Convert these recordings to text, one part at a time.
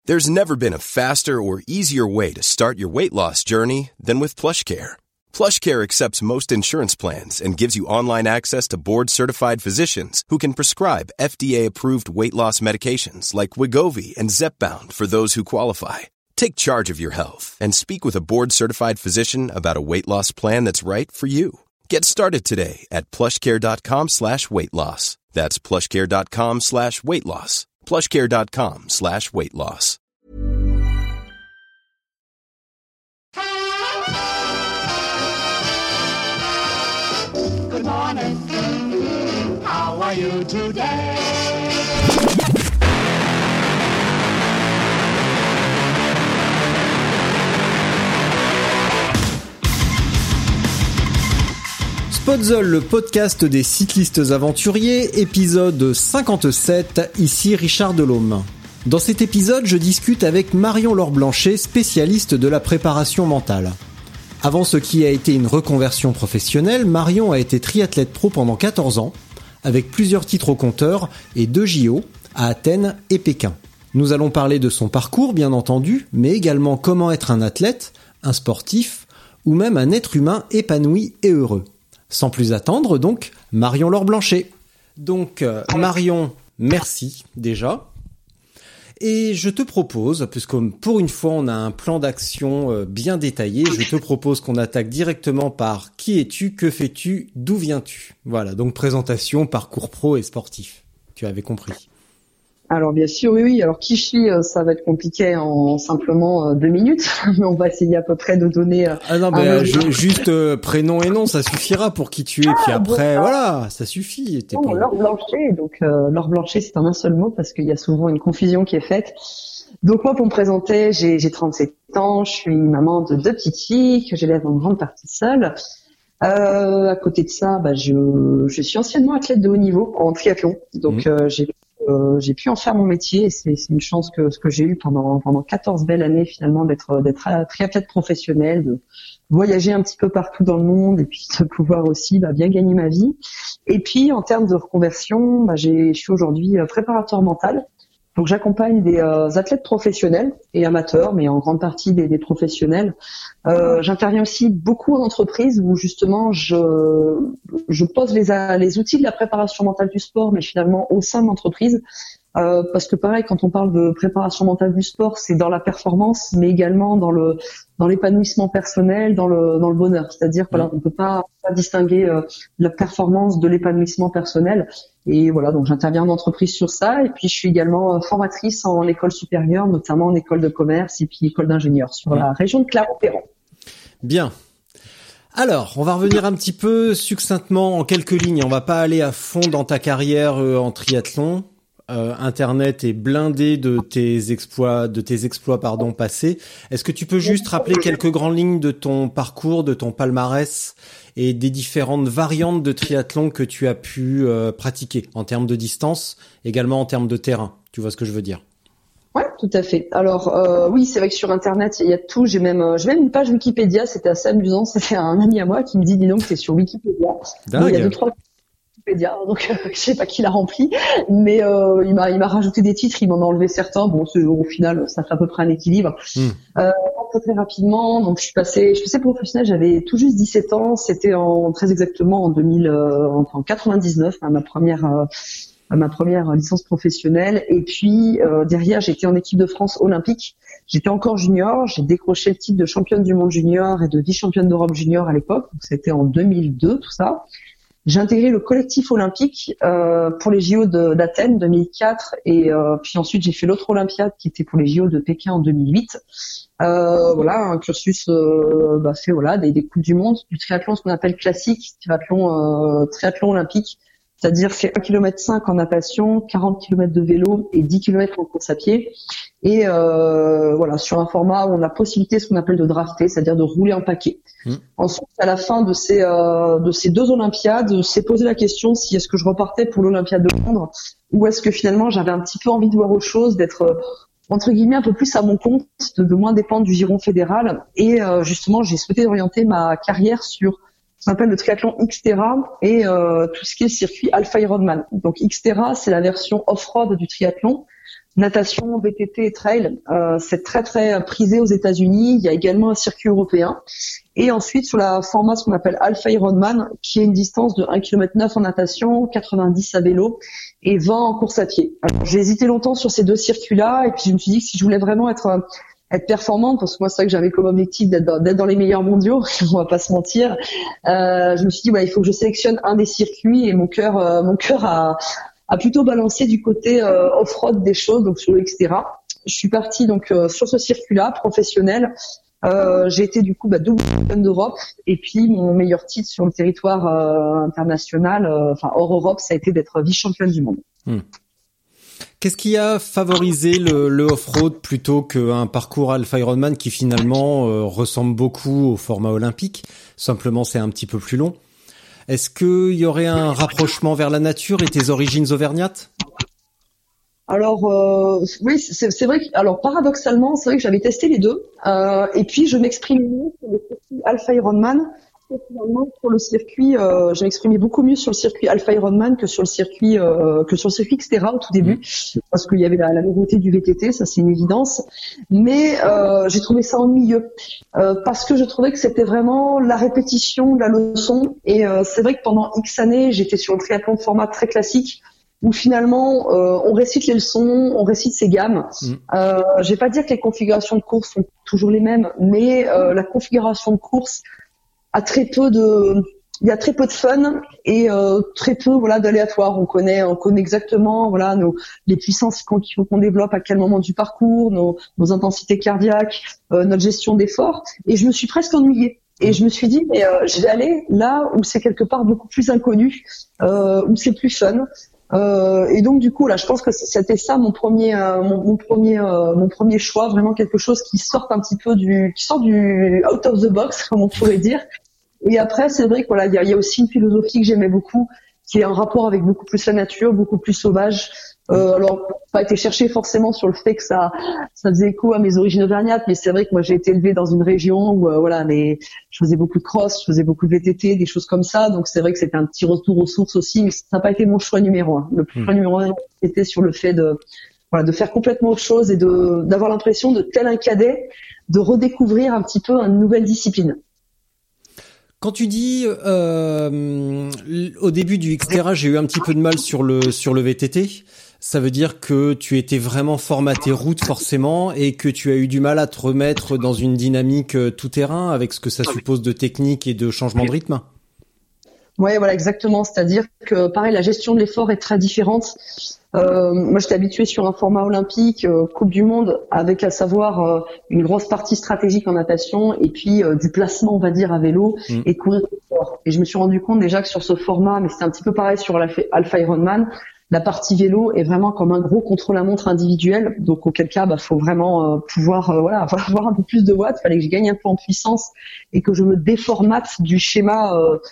There's never been a faster or easier way to start your weight loss journey than with PlushCare. PlushCare accepts most insurance plans and gives you online access to board-certified physicians who can prescribe FDA-approved weight loss medications like Wegovy and Zepbound for those who qualify. Take charge of your health and speak with a board-certified physician about a weight loss plan that's right for you. Get started today at plushcare.com/weight-loss. That's plushcare.com/weight-loss. plushcare.com/weight-loss. Good morning. How are you today? Podzol, le podcast des cyclistes aventuriers, épisode 57, ici Richard Delhomme. Dans cet épisode, je discute avec Marion Laure-Blanchet, spécialiste de la préparation mentale. Avant ce qui a été une reconversion professionnelle, Marion a été triathlète pro pendant 14 ans, avec plusieurs titres au compteur et 2 JO, à Athènes et Pékin. Nous allons parler de son parcours, bien entendu, mais également comment être un athlète, un sportif, ou même un être humain épanoui et heureux. Sans plus attendre, donc, Marion Laure-Blanchet. Donc, Marion, merci déjà. Et je te propose, puisque pour une fois on a un plan d'action bien détaillé, je te propose qu'on attaque directement par qui es-tu, que fais-tu, d'où viens-tu. Voilà, donc présentation, parcours pro et sportif. Tu avais compris. Alors bien sûr, oui. Alors qui je suis, ça va être compliqué en simplement 2 minutes, mais on va essayer à peu près de donner. Juste prénom et nom, ça suffira pour qui tu es. Puis après, voilà, ça suffit. Laure Blanchet. Donc Laure Blanchet, c'est en un seul mot parce qu'il y a souvent une confusion qui est faite. Donc moi, pour me présenter, j'ai 37 ans, je suis maman de 2 petites filles que j'élève en grande partie seule. À côté de ça, je suis anciennement athlète de haut niveau en triathlon. Donc j'ai pu en faire mon métier et c'est une chance que j'ai eu pendant 14 belles années finalement d'être triathlète professionnel, de voyager un petit peu partout dans le monde et puis de pouvoir aussi bien gagner ma vie. Et puis en termes de reconversion, je suis aujourd'hui préparateur mental. Donc j'accompagne des athlètes professionnels et amateurs, mais en grande partie des professionnels. J'interviens aussi beaucoup en entreprise où justement je pose les outils de la préparation mentale du sport, mais finalement au sein de l'entreprise. Parce que pareil, quand on parle de préparation mentale du sport, c'est dans la performance, mais également dans l'épanouissement personnel, dans le bonheur. C'est-à-dire voilà, on peut pas distinguer la performance de l'épanouissement personnel. Et voilà, donc j'interviens en entreprise sur ça. Et puis je suis également formatrice en école supérieure, notamment en école de commerce et puis école d'ingénieur sur la région de Clermont-Ferrand. Bien. Alors, on va revenir un petit peu succinctement en quelques lignes. On va pas aller à fond dans ta carrière en triathlon. Internet est blindé de tes exploits passés. Est-ce que tu peux juste rappeler quelques grandes lignes de ton parcours, de ton palmarès et des différentes variantes de triathlon que tu as pu pratiquer en termes de distance, également en termes de terrain. Tu vois ce que je veux dire? Ouais, tout à fait. Alors oui, c'est vrai que sur Internet, il y a tout. J'ai même une page Wikipédia. C'était assez amusant. C'était un ami à moi qui me dit, dis donc, t'es sur Wikipédia. Dingue. Il y a 2-3 donc je sais pas qui l'a rempli, mais il m'a rajouté des titres, il m'en a enlevé certains. Bon, au final, ça fait à peu près un équilibre. Très rapidement, donc je suis passée professionnelle, j'avais tout juste 17 ans. C'était très exactement en 99, ma première licence professionnelle. Et puis derrière, j'étais en équipe de France olympique. J'étais encore junior, j'ai décroché le titre de championne du monde junior et de vice-championne d'Europe junior à l'époque. Donc c'était en 2002, tout ça. J'ai intégré le collectif olympique pour les JO d'Athènes 2004 et puis ensuite j'ai fait l'autre Olympiade qui était pour les JO de Pékin en 2008. Voilà, un cursus fait des coupes du monde, du triathlon, ce qu'on appelle classique, triathlon olympique. C'est-à-dire c'est 1,5 km en natation, 40 km de vélo et 10 km en course à pied. Et voilà, sur un format où on a possibilité, ce qu'on appelle de drafter, c'est-à-dire de rouler en paquet. Ensuite, à la fin de ces 2 Olympiades, s'est posé la question si est-ce que je repartais pour l'Olympiade de Londres ou est-ce que finalement j'avais un petit peu envie de voir autre chose, d'être entre guillemets un peu plus à mon compte, de moins dépendre du giron fédéral. Et justement, j'ai souhaité orienter ma carrière sur ce qu'on appelle le triathlon Xterra et tout ce qui est circuit Alpha Ironman. Donc Xterra, c'est la version off-road du triathlon. natation, VTT et trail. C'est très très prisé aux États-Unis. Il y a également un circuit européen. Et ensuite sur la format ce qu'on appelle Alpha Ironman, qui est une distance de 1,9 km en natation, 90 à vélo et 20 en course à pied. Alors, j'ai hésité longtemps sur ces deux circuits-là, et puis je me suis dit que si je voulais vraiment être performante, parce que moi c'est vrai que j'avais comme objectif d'être dans les meilleurs mondiaux, on va pas se mentir. Je me suis dit il faut que je sélectionne un des circuits, et mon cœur a plutôt balancé du côté off-road des choses, donc sur le Xterra. Je suis partie donc sur ce circuit-là professionnel. J'ai été du coup double championne d'Europe, et puis mon meilleur titre sur le territoire international, hors Europe, ça a été d'être vice-championne du monde. Qu'est-ce qui a favorisé le off-road plutôt qu'un parcours Alpha Ironman qui finalement ressemble beaucoup au format olympique? Simplement, c'est un petit peu plus long. Est-ce qu'il y aurait un rapprochement vers la nature et tes origines auvergnates? Alors oui, c'est vrai que, alors paradoxalement, c'est vrai que j'avais testé les deux, et puis je m'exprimais mieux sur le circuit Alpha Ironman. Finalement, sur le circuit, je m'exprimais beaucoup mieux sur le circuit Alpha Ironman que sur le circuit Xterra au tout début, parce qu'il y avait la nouveauté du VTT, ça c'est une évidence. Mais j'ai trouvé ça ennuyeux, parce que je trouvais que c'était vraiment la répétition de la leçon. Et c'est vrai que pendant X années, j'étais sur le triathlon de format très classique, où finalement on récite les leçons, on récite ses gammes. Je vais pas dire que les configurations de course sont toujours les mêmes, mais la configuration de course a il y a très peu de fun et très peu d'aléatoire. On connaît exactement les puissances qu'il faut qu'on développe à quel moment du parcours, nos intensités cardiaques, notre gestion d'effort. Et je me suis presque ennuyée. Et je me suis dit je vais aller là où c'est quelque part beaucoup plus inconnu, où c'est plus fun. Et donc du coup là, je pense que c'était ça mon premier choix, vraiment quelque chose qui sort un petit peu du out of the box, comme on pourrait dire. Et après, c'est vrai qu'il y a aussi une philosophie que j'aimais beaucoup, qui est en rapport avec beaucoup plus la nature, beaucoup plus sauvage. Alors, pas été chercher forcément sur le fait que ça faisait écho à mes origines auvergnates, mais c'est vrai que moi j'ai été élevée dans une région où je faisais beaucoup de cross, je faisais beaucoup de VTT, des choses comme ça. Donc c'est vrai que c'était un petit retour aux sources aussi, mais ça n'a pas été mon choix numéro un. Le choix numéro un était sur le fait de faire complètement autre chose et d'avoir l'impression de tel un cadet de redécouvrir un petit peu une nouvelle discipline. Quand tu dis au début du Xterra, j'ai eu un petit peu de mal sur le VTT, ça veut dire que tu étais vraiment formaté route forcément et que tu as eu du mal à te remettre dans une dynamique tout terrain avec ce que ça suppose de technique et de changement de rythme. Ouais, voilà, exactement. C'est-à-dire que pareil, la gestion de l'effort est très différente. Moi, j'étais habituée sur un format olympique, Coupe du Monde, avec à savoir une grosse partie stratégique en natation et puis du placement, on va dire, à vélo et courir fort. Et je me suis rendu compte déjà que sur ce format, mais c'était un petit peu pareil sur l'Alpha Ironman, la partie vélo est vraiment comme un gros contre-la-montre individuel. Donc, auquel cas, faut vraiment pouvoir avoir un peu plus de watts. Fallait que je gagne un peu en puissance et que je me déformate du schéma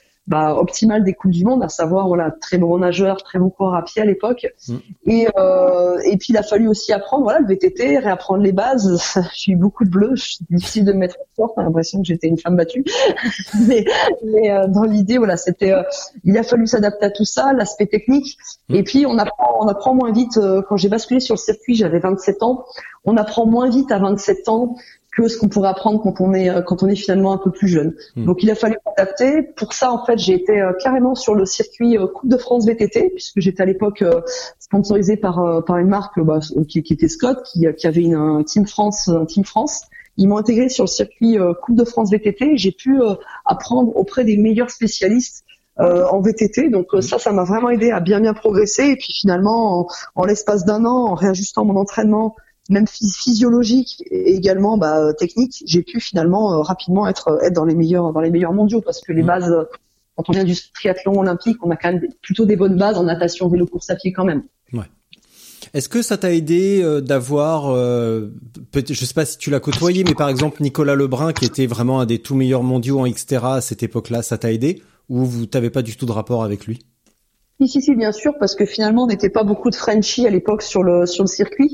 optimal des Coupes du Monde, à savoir très bon nageur, très bon coureur à pied à l'époque. Et puis il a fallu aussi apprendre le VTT, réapprendre les bases. J'ai eu beaucoup de bleus, c'est difficile de me mettre en sport, j'ai l'impression que j'étais une femme battue. mais dans l'idée c'était il a fallu s'adapter à tout ça, l'aspect technique. Et puis on apprend moins vite. Quand j'ai basculé sur le circuit, j'avais 27 ans. On apprend moins vite à 27 ans que ce qu'on pourrait apprendre quand on est finalement un peu plus jeune. Donc il a fallu s'adapter. Pour ça, en fait, j'ai été carrément sur le circuit Coupe de France VTT, puisque j'étais à l'époque sponsorisée par une marque qui était Scott, qui avait un Team France. Ils m'ont intégré sur le circuit Coupe de France VTT. J'ai pu apprendre auprès des meilleurs spécialistes en VTT. Donc ça m'a vraiment aidé à bien progresser. Et puis finalement, en l'espace d'un an, en réajustant mon entraînement, même physiologique et également technique, j'ai pu finalement rapidement être dans les meilleurs mondiaux, parce que les bases, quand on vient du triathlon olympique, on a quand même plutôt des bonnes bases en natation, vélo, course à pied quand même. Ouais. Est-ce que ça t'a aidé d'avoir, je sais pas si tu l'as côtoyé, mais par exemple Nicolas Lebrun, qui était vraiment un des tout meilleurs mondiaux en Xterra à cette époque-là, ça t'a aidé, ou t'avais pas du tout de rapport avec lui? Si, bien sûr, parce que finalement on n'était pas beaucoup de Frenchies à l'époque sur le circuit.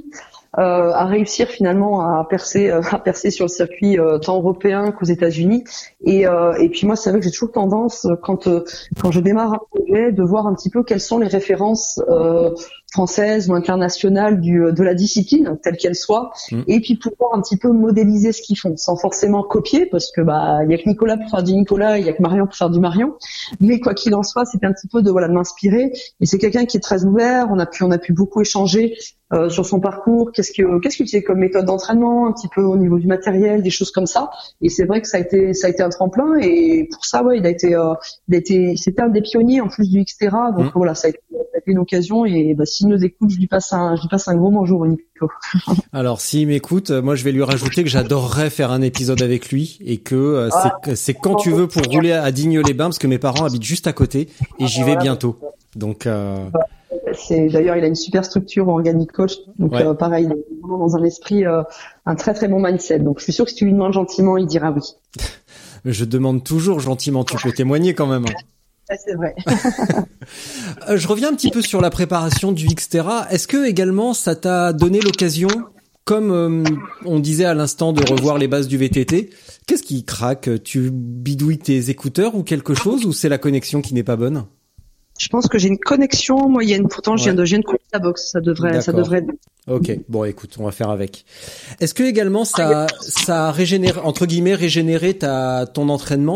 à réussir finalement à percer sur le circuit tant européen qu'aux États-Unis. Et puis moi, c'est vrai que j'ai toujours tendance quand je démarre un projet de voir un petit peu quelles sont les références françaises ou internationales de la discipline telle qu'elle soit, et puis pouvoir un petit peu modéliser ce qu'ils font sans forcément copier, parce que il y a que Nicolas pour faire du Nicolas, il y a que Marion pour faire du Marion, mais quoi qu'il en soit, c'était un petit peu de m'inspirer. Et c'est quelqu'un qui est très ouvert. On a pu beaucoup échanger sur son parcours, qu'est-ce qu'il faisait comme méthode d'entraînement, un petit peu au niveau du matériel, des choses comme ça. Et c'est vrai que ça a été un tremplin, et pour ça, ouais, c'était un des pionniers en plus du Xterra. Donc voilà, ça a été une occasion, et s'il nous écoute, je lui passe un gros bonjour, Nico. Alors s'il m'écoute, moi je vais lui rajouter que j'adorerais faire un épisode avec lui, et que c'est quand tu veux pour rouler à Digne-les-Bains, parce que mes parents habitent juste à côté et j'y vais bientôt. Donc d'ailleurs, il a une super structure organique coach, donc pareil, il est vraiment dans un esprit, un très très bon mindset. Donc je suis sûr que si tu lui demandes gentiment, il dira oui. Je demande toujours gentiment, tu peux témoigner quand même. C'est vrai. Je reviens un petit peu sur la préparation du Xterra. Est-ce que également ça t'a donné l'occasion, comme on disait à l'instant, de revoir les bases du VTT? Qu'est-ce qui craque? Tu bidouilles tes écouteurs ou quelque chose, ou c'est la connexion qui n'est pas bonne? Je pense que j'ai une connexion moyenne. Pourtant, je viens de couper la box. Ça devrait être. Ok. Bon, écoute, on va faire avec. Est-ce que également ça a régénéré, entre guillemets, ton entraînement,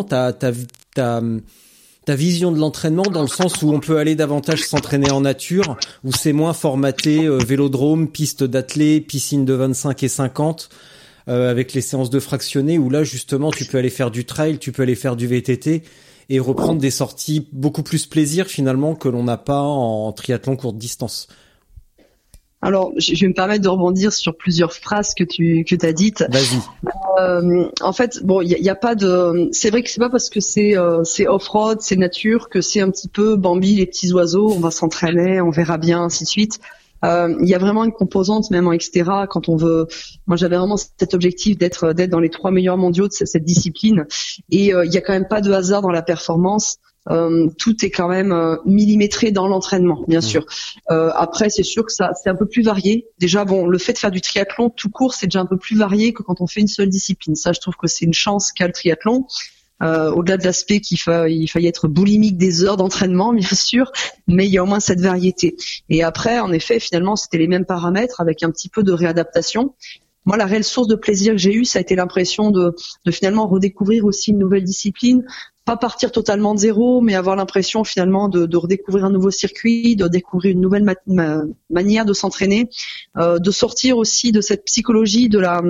ta vision de l'entraînement, dans le sens où on peut aller davantage s'entraîner en nature, où c'est moins formaté vélodrome, piste d'athlée, piscine de 25 et 50, avec les séances de fractionnés, où là justement tu peux aller faire du trail, tu peux aller faire du VTT et reprendre des sorties beaucoup plus plaisir finalement que l'on n'a pas en triathlon courte distance. Alors, je vais me permettre de rebondir sur plusieurs phrases que tu as dites. Vas-y. En fait, bon, il y a pas de. C'est vrai que c'est pas parce que c'est off-road, c'est nature, que c'est un petit peu Bambi, les petits oiseaux. On va s'entraîner, on verra bien, ainsi de suite. Il y a vraiment une composante, même en Xterra, quand on veut. Moi, j'avais vraiment cet objectif d'être dans les 3 meilleurs mondiaux de cette discipline. Et il y a quand même pas de hasard dans la performance. Tout est quand même millimétré dans l'entraînement, bien sûr. Après, c'est sûr que c'est un peu plus varié. Déjà, bon, le fait de faire du triathlon tout court, c'est déjà un peu plus varié que quand on fait une seule discipline. Ça, je trouve que c'est une chance qu'a le triathlon. Au-delà de l'aspect il faille être boulimique des heures d'entraînement, bien sûr, mais il y a au moins cette variété. Et après, en effet, finalement, c'était les mêmes paramètres avec un petit peu de réadaptation. Moi, la réelle source de plaisir que j'ai eue, ça a été l'impression de finalement redécouvrir aussi une nouvelle discipline. Pas partir totalement de zéro, mais avoir l'impression finalement de redécouvrir un nouveau circuit, de découvrir une nouvelle manière de s'entraîner, de sortir aussi de cette psychologie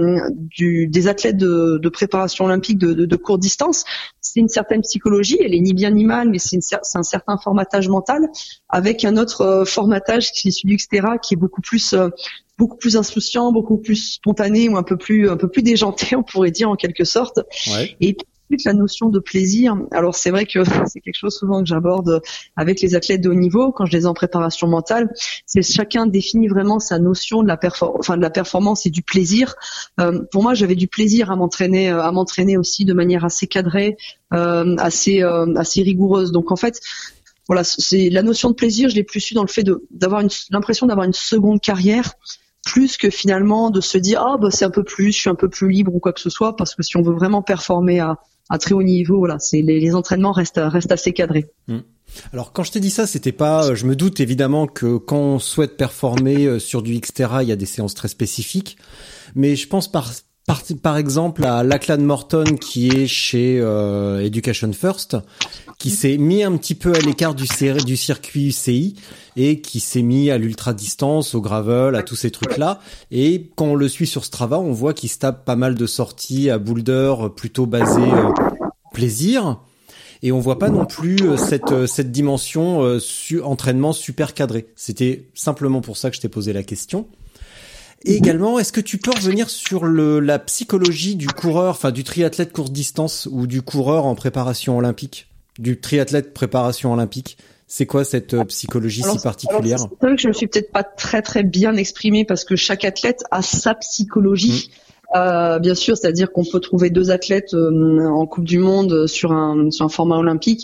des athlètes de préparation olympique de courte distance. C'est une certaine psychologie, elle est ni bien ni mal, mais c'est un certain formatage mental, avec un autre formatage qui est celui du Xterra, qui est beaucoup plus insouciant, beaucoup plus spontané, ou un peu plus déjanté, on pourrait dire en quelque sorte. Ouais. Et la notion de plaisir. Alors c'est vrai que c'est quelque chose souvent que j'aborde avec les athlètes de haut niveau quand je les ai en préparation mentale. C'est chacun définit vraiment sa notion de la performance et du plaisir. Pour moi, j'avais du plaisir à m'entraîner aussi de manière assez cadrée, assez rigoureuse. Donc en fait, voilà, c'est la notion de plaisir. Je l'ai plus su dans le fait d'avoir l'impression d'avoir une seconde carrière, plus que finalement de se dire c'est un peu plus, je suis un peu plus libre ou quoi que ce soit, parce que si on veut vraiment performer à très haut niveau, voilà, c'est les entraînements restent assez cadrés. Alors quand je te dis ça, c'était pas, je me doute évidemment que quand on souhaite performer sur du Xterra, il y a des séances très spécifiques, mais je pense par exemple à Lachlan Morton qui est chez Education First, qui s'est mis un petit peu à l'écart du circuit UCI et qui s'est mis à l'ultra distance, au gravel, à tous ces trucs-là. Et quand on le suit sur Strava, on voit qu'il se tape pas mal de sorties à boulder plutôt basées plaisir. Et on voit pas non plus cette dimension entraînement super cadré. C'était simplement pour ça que je t'ai posé la question. Et également, est-ce que tu peux revenir sur la psychologie du coureur, enfin du triathlète courte distance ou du coureur en préparation olympique, du triathlète préparation olympique? C'est quoi cette psychologie si particulière? C'est vrai que je me suis peut-être pas très très bien exprimée, parce que chaque athlète a sa psychologie. Bien sûr, c'est-à-dire qu'on peut trouver 2 athlètes en Coupe du Monde sur un format olympique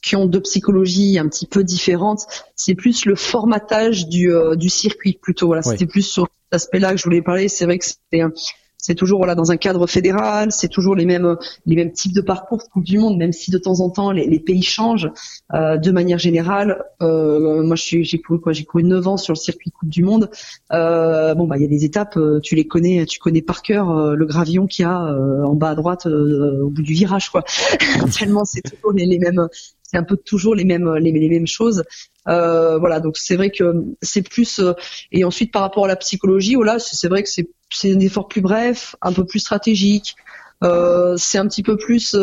qui ont deux psychologies un petit peu différentes. C'est plus le formatage du circuit plutôt. Voilà, c'était plus sur cet aspect-là que je voulais parler. C'est vrai que c'est toujours voilà dans un cadre fédéral, c'est toujours les mêmes types de parcours de Coupe du Monde, même si de temps en temps les pays changent. De manière générale, moi j'ai couru 9 ans sur le circuit Coupe du Monde. Il y a des étapes, tu connais par cœur le gravillon qu'il y a en bas à droite au bout du virage quoi. Tellement c'est toujours les mêmes, c'est un peu toujours les mêmes choses. Donc c'est vrai que c'est plus et ensuite par rapport à la psychologie, c'est vrai que c'est un effort plus bref, un peu plus stratégique. C'est un petit peu plus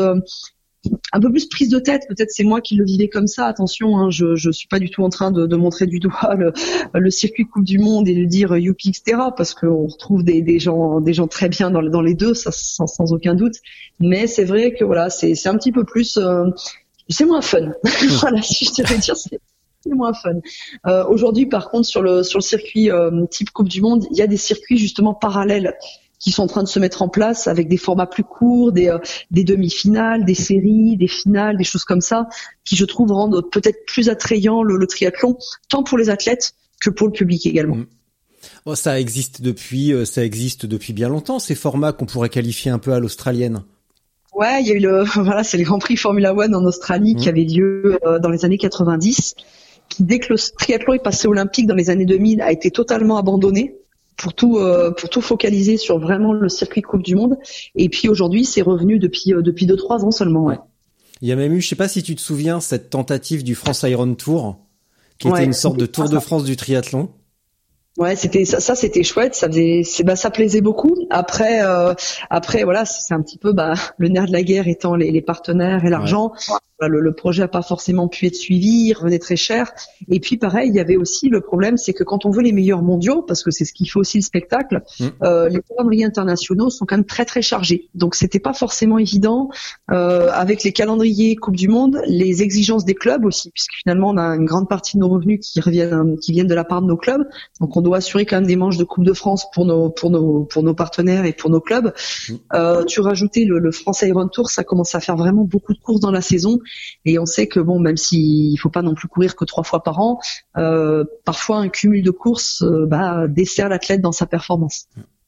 prise de tête. Peut-être c'est moi qui le vivais comme ça. Attention, hein, je suis pas du tout en train de montrer du doigt le circuit Coupe du Monde et de dire youpi etc. parce qu'on retrouve des gens très bien dans les deux, ça sans aucun doute. Mais c'est vrai que c'est un petit peu plus c'est moins fun. Voilà, si je devais dire c'est moins fun. Aujourd'hui, par contre, sur le circuit type Coupe du Monde, il y a des circuits justement parallèles qui sont en train de se mettre en place avec des formats plus courts, des demi-finales, des séries, des finales, des choses comme ça, qui je trouve rendent peut-être plus attrayant le triathlon, tant pour les athlètes que pour le public également. Oh, ça existe depuis bien longtemps, ces formats qu'on pourrait qualifier un peu à l'australienne. Ouais, il y a eu c'est le Grand Prix Formula One en Australie qui avait lieu dans les années 90, qui dès que le triathlon est passé olympique dans les années 2000 a été totalement abandonné pour tout focaliser sur vraiment le circuit Coupe du Monde. Et puis aujourd'hui, c'est revenu depuis 2-3 ans seulement. Ouais. Il y a même eu, je sais pas si tu te souviens, cette tentative du France Iron Tour, qui était une sorte de Tour de France du triathlon. Ouais, c'était chouette, ça plaisait beaucoup. Après voilà, c'est un petit peu le nerf de la guerre étant les partenaires et l'argent. Le projet a pas forcément pu être suivi, il revenait très cher. Et puis pareil, il y avait aussi le problème, c'est que quand on veut les meilleurs mondiaux, parce que c'est ce qui fait aussi le spectacle, les calendriers internationaux sont quand même très très chargés. Donc c'était pas forcément évident avec les calendriers Coupe du Monde, les exigences des clubs aussi, puisque finalement on a une grande partie de nos revenus qui viennent de la part de nos clubs. Donc on doit assurer quand même des manches de Coupe de France pour nos partenaires et pour nos clubs. Tu rajoutais le France Iron Tour, ça commence à faire vraiment beaucoup de courses dans la saison. Et on sait que même s'il faut pas non plus courir que 3 fois par an, parfois un cumul de courses dessert l'athlète dans sa performance.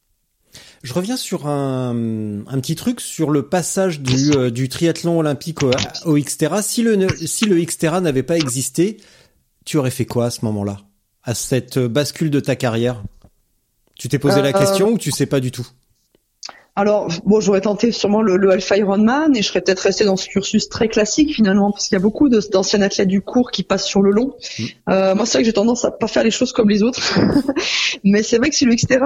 Je reviens sur un petit truc sur le passage du triathlon olympique au Xterra. Si le Xterra n'avait pas existé, tu aurais fait quoi à ce moment-là, à cette bascule de ta carrière? Tu t'es posé la question ou tu sais pas du tout? Alors, j'aurais tenté sûrement le Alpha Ironman et je serais peut-être resté dans ce cursus très classique finalement, parce qu'il y a beaucoup d'anciens athlètes du court qui passent sur le long. Moi, c'est vrai que j'ai tendance à pas faire les choses comme les autres. Mais c'est vrai que si le Xterra...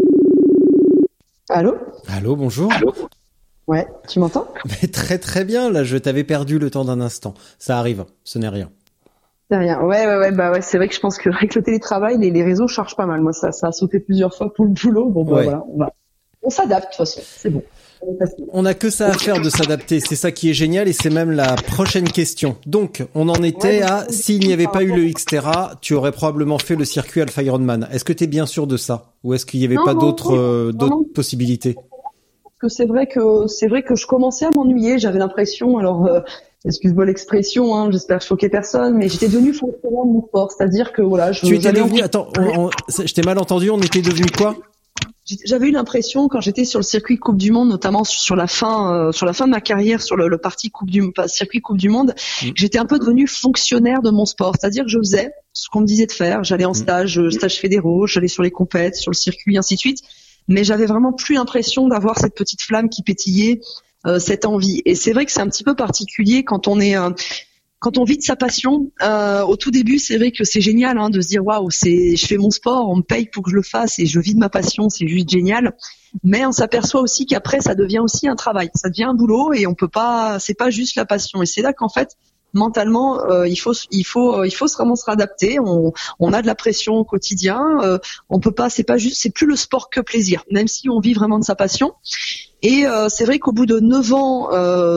Allô, bonjour. Allô. Ouais, tu m'entends? Mais très très bien, là, je t'avais perdu le temps d'un instant. Ça arrive, ce n'est rien. C'est rien. Ouais, c'est vrai que je pense qu'avec le télétravail, les réseaux chargent pas mal. Moi, ça a sauté plusieurs fois pour le boulot. Voilà, on s'adapte de toute façon, c'est bon. On n'a que ça à faire de s'adapter, c'est ça qui est génial et c'est même la prochaine question. Donc, on en était s'il n'y avait pas eu le Xterra, tu aurais probablement fait le circuit Alpha Ironman. Est-ce que tu es bien sûr de ça? Ou est-ce qu'il n'y avait pas d'autres possibilités? Parce que c'est vrai que je commençais à m'ennuyer, j'avais l'impression, excuse-moi l'expression, j'espère choquer personne, mais j'étais devenue fonctionnaire de mon sport, c'est-à-dire que Tu étais devenu, je t'ai mal entendu, on était devenu quoi? J'avais eu l'impression quand j'étais sur le circuit Coupe du Monde, notamment sur la fin de ma carrière sur le parti circuit Coupe du Monde, j'étais un peu devenue fonctionnaire de mon sport, c'est-à-dire que je faisais ce qu'on me disait de faire, j'allais en stages fédéraux, j'allais sur les compètes, sur le circuit, ainsi de suite, mais j'avais vraiment plus l'impression d'avoir cette petite flamme qui pétillait, cette envie. Et c'est vrai que c'est un petit peu particulier quand on vit de sa passion. Au tout début, c'est vrai que c'est génial de se dire waouh, je fais mon sport, on me paye pour que je le fasse et je vis de ma passion, c'est juste génial. Mais on s'aperçoit aussi qu'après ça devient aussi un travail, ça devient un boulot et c'est pas juste la passion. Et c'est là qu'en fait mentalement il faut vraiment se réadapter. On a de la pression au quotidien, on peut pas, c'est plus le sport que plaisir, même si on vit vraiment de sa passion. Et c'est vrai qu'au bout de 9 ans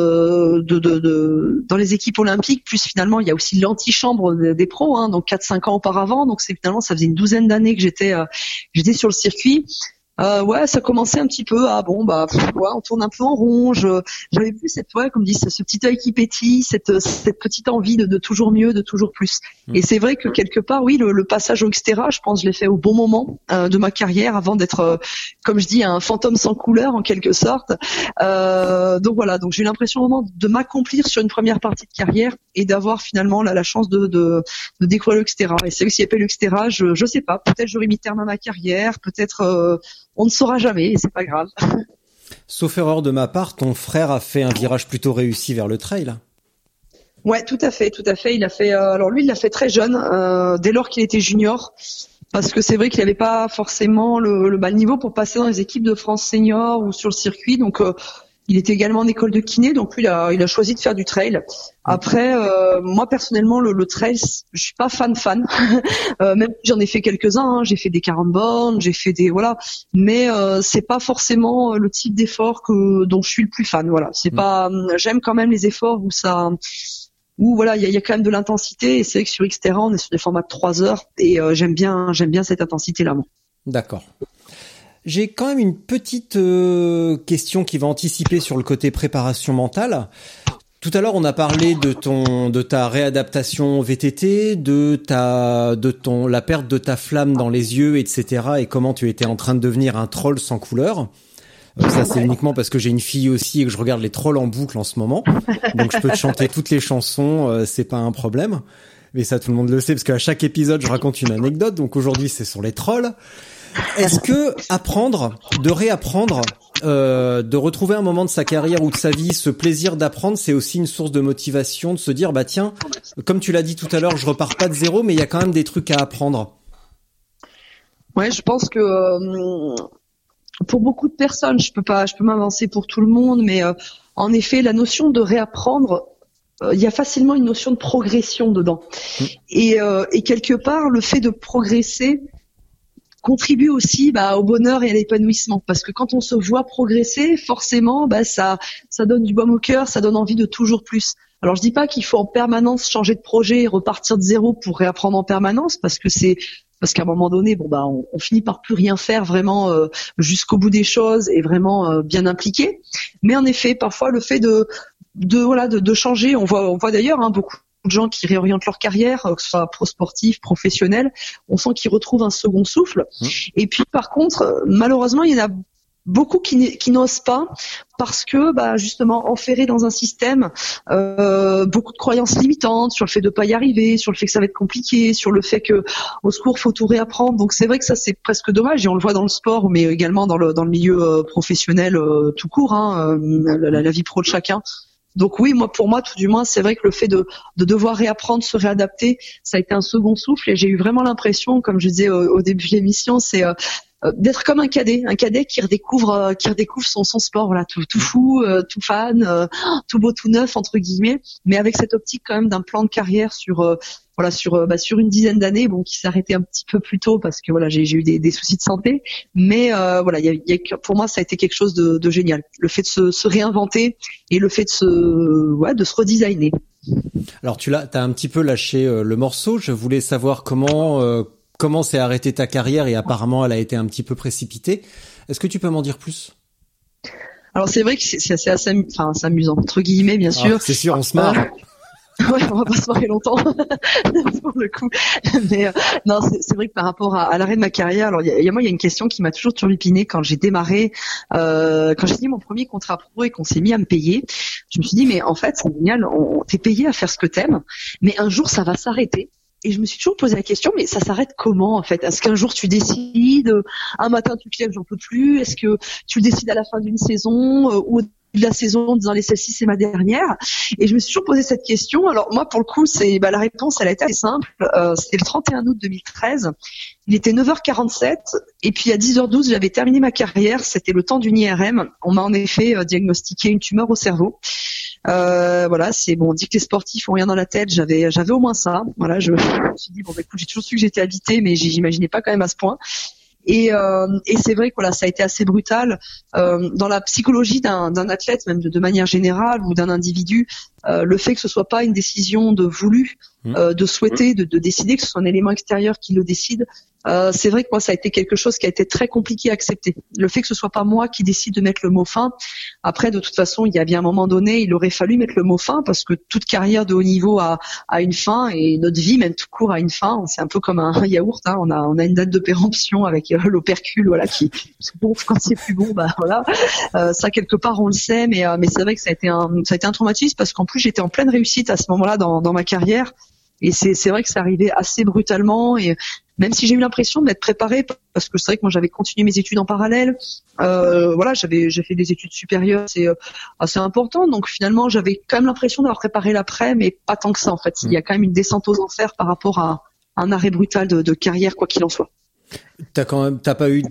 dans les équipes olympiques, plus finalement il y a aussi l'antichambre des pros, donc 4-5 ans auparavant, donc c'est finalement ça faisait une douzaine d'années que j'étais sur le circuit. Ouais, ça commençait un petit peu à on tourne un peu en rond. J'avais plus comme dit, ce petit œil qui pétille, cette petite envie de toujours mieux, de toujours plus. Et c'est vrai que quelque part, oui, le passage au Xterra, je pense, je l'ai fait au bon moment de ma carrière, avant d'être, comme je dis, un fantôme sans couleur en quelque sorte. Donc voilà, donc j'ai eu l'impression vraiment de m'accomplir sur une première partie de carrière et d'avoir finalement la chance de découvrir le Xterra. Et c'est vrai que s'il n'y avait pas le Xterra, je sais pas, peut-être j'aurais mis terme à ma carrière, peut-être on ne saura jamais, et c'est pas grave. Sauf erreur de ma part, ton frère a fait un virage plutôt réussi vers le trail. Ouais, tout à fait. Il a fait, alors lui, il l'a fait très jeune, dès lors qu'il était junior, parce que c'est vrai qu'il n'avait pas forcément le niveau pour passer dans les équipes de France senior ou sur le circuit, donc il était également en école de kiné, donc lui, il a choisi de faire du trail. Après, moi personnellement, le trail, je suis pas fan. Même si j'en ai fait quelques-uns, hein. J'ai fait des 40 bornes, j'ai fait mais c'est pas forcément le type d'effort dont je suis le plus fan. Voilà, c'est pas. J'aime quand même les efforts où voilà, il y a quand même de l'intensité. Et c'est vrai que sur Xterra, on est sur des formats de 3 heures, et j'aime bien cette intensité-là, moi. D'accord. J'ai quand même une petite question qui va anticiper sur le côté préparation mentale. Tout à l'heure, on a parlé de ta réadaptation VTT, la perte de ta flamme dans les yeux, etc., et comment tu étais en train de devenir un troll sans couleur. Ça, c'est uniquement parce que j'ai une fille aussi et que je regarde les trolls en boucle en ce moment. Donc, je peux te chanter toutes les chansons, c'est pas un problème. Mais ça, tout le monde le sait, parce qu'à chaque épisode, je raconte une anecdote. Donc, aujourd'hui, c'est sur les trolls. Est-ce que réapprendre, de retrouver un moment de sa carrière ou de sa vie, ce plaisir d'apprendre, c'est aussi une source de motivation, de se dire, bah tiens, comme tu l'as dit tout à l'heure, je repars pas de zéro, mais il y a quand même des trucs à apprendre. Ouais, je pense que pour beaucoup de personnes, je peux m'avancer pour tout le monde, mais en effet, la notion de réapprendre, il y a facilement une notion de progression dedans. Et quelque part, le fait de progresser contribue aussi au bonheur et à l'épanouissement, parce que quand on se voit progresser, forcément ça donne du baume au cœur, ça donne envie de toujours plus. Alors je dis pas qu'il faut en permanence changer de projet et repartir de zéro pour réapprendre en permanence, parce qu'à un moment donné on finit par plus rien faire vraiment jusqu'au bout des choses et vraiment bien impliqué. Mais en effet, parfois le fait de changer, on voit d'ailleurs beaucoup de gens qui réorientent leur carrière, que ce soit pro sportif, professionnel, on sent qu'ils retrouvent un second souffle. Et puis par contre, malheureusement, il y en a beaucoup qui n'osent pas, parce que justement enferrés dans un système, beaucoup de croyances limitantes sur le fait de pas y arriver, sur le fait que ça va être compliqué, sur le fait que au secours faut tout réapprendre. Donc c'est vrai que ça, c'est presque dommage, et on le voit dans le sport, mais également dans le milieu professionnel tout court, la vie pro de chacun. Donc oui, pour moi, tout du moins, c'est vrai que le fait de devoir réapprendre, se réadapter, ça a été un second souffle, et j'ai eu vraiment l'impression, comme je disais au début de l'émission, c'est d'être comme un cadet qui redécouvre son sport, voilà, tout fou, tout fan, tout beau, tout neuf entre guillemets, mais avec cette optique quand même d'un plan de carrière sur une dizaine d'années, qui s'arrêtait un petit peu plus tôt parce que j'ai eu des soucis de santé, mais pour moi ça a été quelque chose de génial, le fait de se réinventer et le fait de se redesigner. Alors t'as un petit peu lâché le morceau. Je voulais savoir comment s'est arrêtée ta carrière, et apparemment elle a été un petit peu précipitée. Est-ce que tu peux m'en dire plus? Alors c'est vrai que c'est assez amusant entre guillemets, bien sûr. C'est sûr, on se marre. Ouais, on va pas se marrer longtemps pour le coup. Mais non, c'est vrai que par rapport à l'arrêt de ma carrière, alors il y a une question qui m'a toujours turlupiné quand j'ai démarré, quand j'ai signé mon premier contrat pro et qu'on s'est mis à me payer. Je me suis dit, mais en fait c'est génial, t'es payé à faire ce que t'aimes, mais un jour ça va s'arrêter. Et je me suis toujours posé la question, mais ça s'arrête comment en fait? Est-ce qu'un jour tu décides, un matin tu te lèves, j'en peux plus? Est-ce que tu le décides à la fin d'une saison ou de la saison en disant celle-ci c'est ma dernière? Et je me suis toujours posé cette question. Alors moi pour le coup la réponse elle a été assez simple. C'était le 31 août 2013. Il était 9h47 et puis à 10h12 j'avais terminé ma carrière. C'était le temps d'une IRM. On m'a en effet diagnostiqué une tumeur au cerveau. On dit que les sportifs ont rien dans la tête. J'avais au moins ça. Voilà, je me suis dit écoute, j'ai toujours su que j'étais habité, mais j'imaginais pas quand même à ce point. Et c'est vrai que ça a été assez brutal dans la psychologie d'un athlète, même de manière générale, ou d'un individu. Le fait que ce soit pas une décision de souhaiter, de décider, que ce soit un élément extérieur qui le décide, c'est vrai que moi ça a été quelque chose qui a été très compliqué à accepter. Le fait que ce soit pas moi qui décide de mettre le mot fin. Après, de toute façon, il y a bien un moment donné, il aurait fallu mettre le mot fin parce que toute carrière de haut niveau a une fin et notre vie, même tout court, a une fin. C'est un peu comme un yaourt, hein. On a une date de péremption avec l'opercule, voilà, qui se gonfle quand c'est plus bon, bah voilà. Ça quelque part on le sait, mais c'est vrai que ça a été un traumatisme parce qu'en plus j'étais en pleine réussite à ce moment-là dans ma carrière. Et c'est vrai que c'est arrivé assez brutalement, et même si j'ai eu l'impression d'être préparée, parce que c'est vrai que moi j'avais continué mes études en parallèle, voilà, j'ai fait des études supérieures, c'est assez important, donc finalement j'avais quand même l'impression d'avoir préparé l'après, mais pas tant que ça en fait. Il y a quand même une descente aux enfers par rapport à un arrêt brutal de carrière, quoi qu'il en soit. T'as pas eu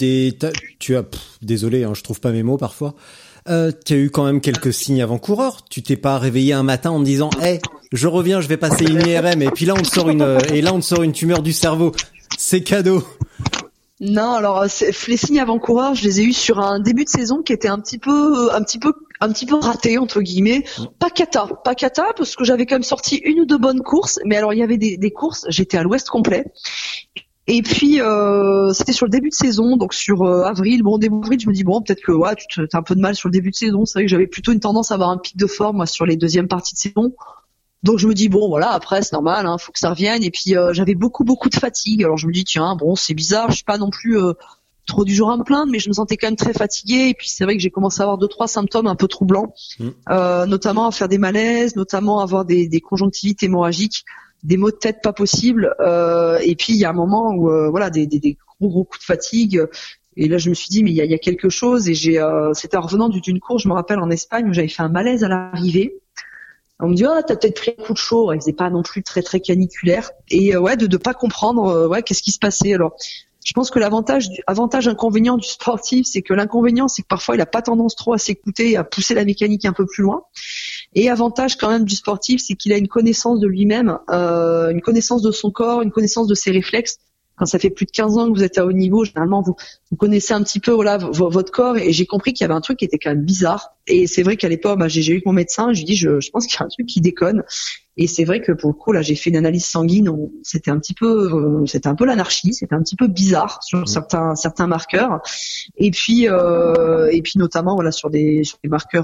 désolé, hein, je trouve pas mes mots parfois. Tu as eu quand même quelques signes avant-coureurs. Tu t'es pas réveillé un matin en te disant, je reviens, je vais passer une IRM, et puis là on te sort une tumeur du cerveau. C'est cadeau. Non, alors les signes avant-coureurs, je les ai eus sur un début de saison qui était un petit peu raté entre guillemets. Pas cata, parce que j'avais quand même sorti une ou deux bonnes courses, mais alors il y avait des courses, j'étais à l'ouest complet. Et puis c'était sur le début de saison, donc sur avril. Bon, début avril, je me dis peut-être que tu as un peu de mal sur le début de saison. C'est vrai que j'avais plutôt une tendance à avoir un pic de forme moi sur les deuxièmes parties de saison. Donc je me dis voilà, après c'est normal, hein, faut que ça revienne. Et puis j'avais beaucoup de fatigue. Alors je me dis tiens, c'est bizarre, je suis pas non plus trop du genre à me plaindre, mais je me sentais quand même très fatiguée. Et puis c'est vrai que j'ai commencé à avoir 2-3 symptômes un peu troublants, notamment à faire des malaises, notamment à avoir des conjonctivites hémorragiques, des maux de tête pas possibles, et puis il y a un moment où des gros coups de fatigue, et là je me suis dit mais il y a quelque chose, et c'était en revenant d'une course, je me rappelle, en Espagne, où j'avais fait un malaise à l'arrivée. On me dit t'as peut-être pris un coup de chaud, il faisait pas non plus très très caniculaire, et de pas comprendre qu'est-ce qui se passait. Alors je pense que avantage inconvénient du sportif, c'est que l'inconvénient, c'est que parfois il a pas tendance trop à s'écouter, à pousser la mécanique un peu plus loin. Et avantage quand même du sportif, c'est qu'il a une connaissance de lui-même, une connaissance de son corps, une connaissance de ses réflexes. Quand ça fait plus de 15 ans que vous êtes à haut niveau, généralement vous connaissez un petit peu votre corps, et j'ai compris qu'il y avait un truc qui était quand même bizarre. Et c'est vrai qu'à l'époque, j'ai eu mon médecin, je lui ai dit je pense qu'il y a un truc qui déconne. Et c'est vrai que pour le coup là, j'ai fait une analyse sanguine, c'était un peu l'anarchie, c'était un petit peu bizarre sur certains marqueurs. Et puis notamment sur des marqueurs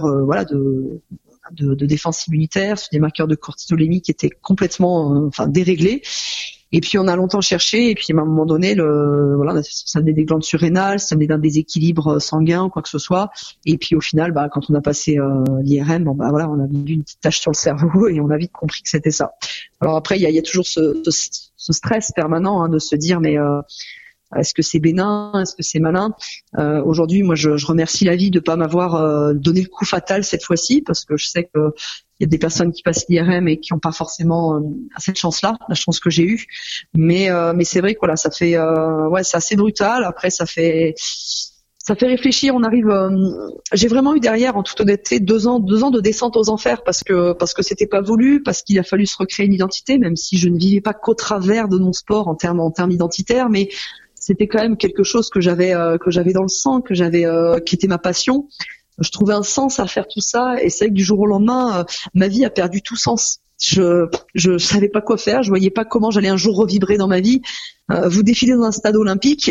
de défense immunitaire, sur des marqueurs de cortisolémie qui étaient complètement déréglés. Et puis on a longtemps cherché, et puis à un moment donné, ça venait des glandes surrénales, ça venait d'un déséquilibre sanguin ou quoi que ce soit. Et puis au final, quand on a passé l'IRM, on a vu une petite tache sur le cerveau, et on a vite compris que c'était ça. Alors après, il y a toujours ce stress permanent, hein, de se dire mais est-ce que c'est bénin, est-ce que c'est malin? Aujourd'hui, moi, je remercie la vie de pas m'avoir donné le coup fatal cette fois-ci, parce que je sais que il y a des personnes qui passent l'IRM et qui n'ont pas forcément cette chance-là, la chance que j'ai eue. Mais c'est vrai que ça fait c'est assez brutal. Après, ça fait réfléchir. On arrive. J'ai vraiment eu derrière, en toute honnêteté, 2 ans de descente aux enfers, parce que c'était pas voulu, parce qu'il a fallu se recréer une identité, même si je ne vivais pas qu'au travers de mon sport en termes identitaires, mais c'était quand même quelque chose que j'avais dans le sang, qui était ma passion. Je trouvais un sens à faire tout ça, et c'est vrai que du jour au lendemain, ma vie a perdu tout sens. Je savais pas quoi faire, je voyais pas comment j'allais un jour revibrer dans ma vie. Vous défilez dans un stade olympique.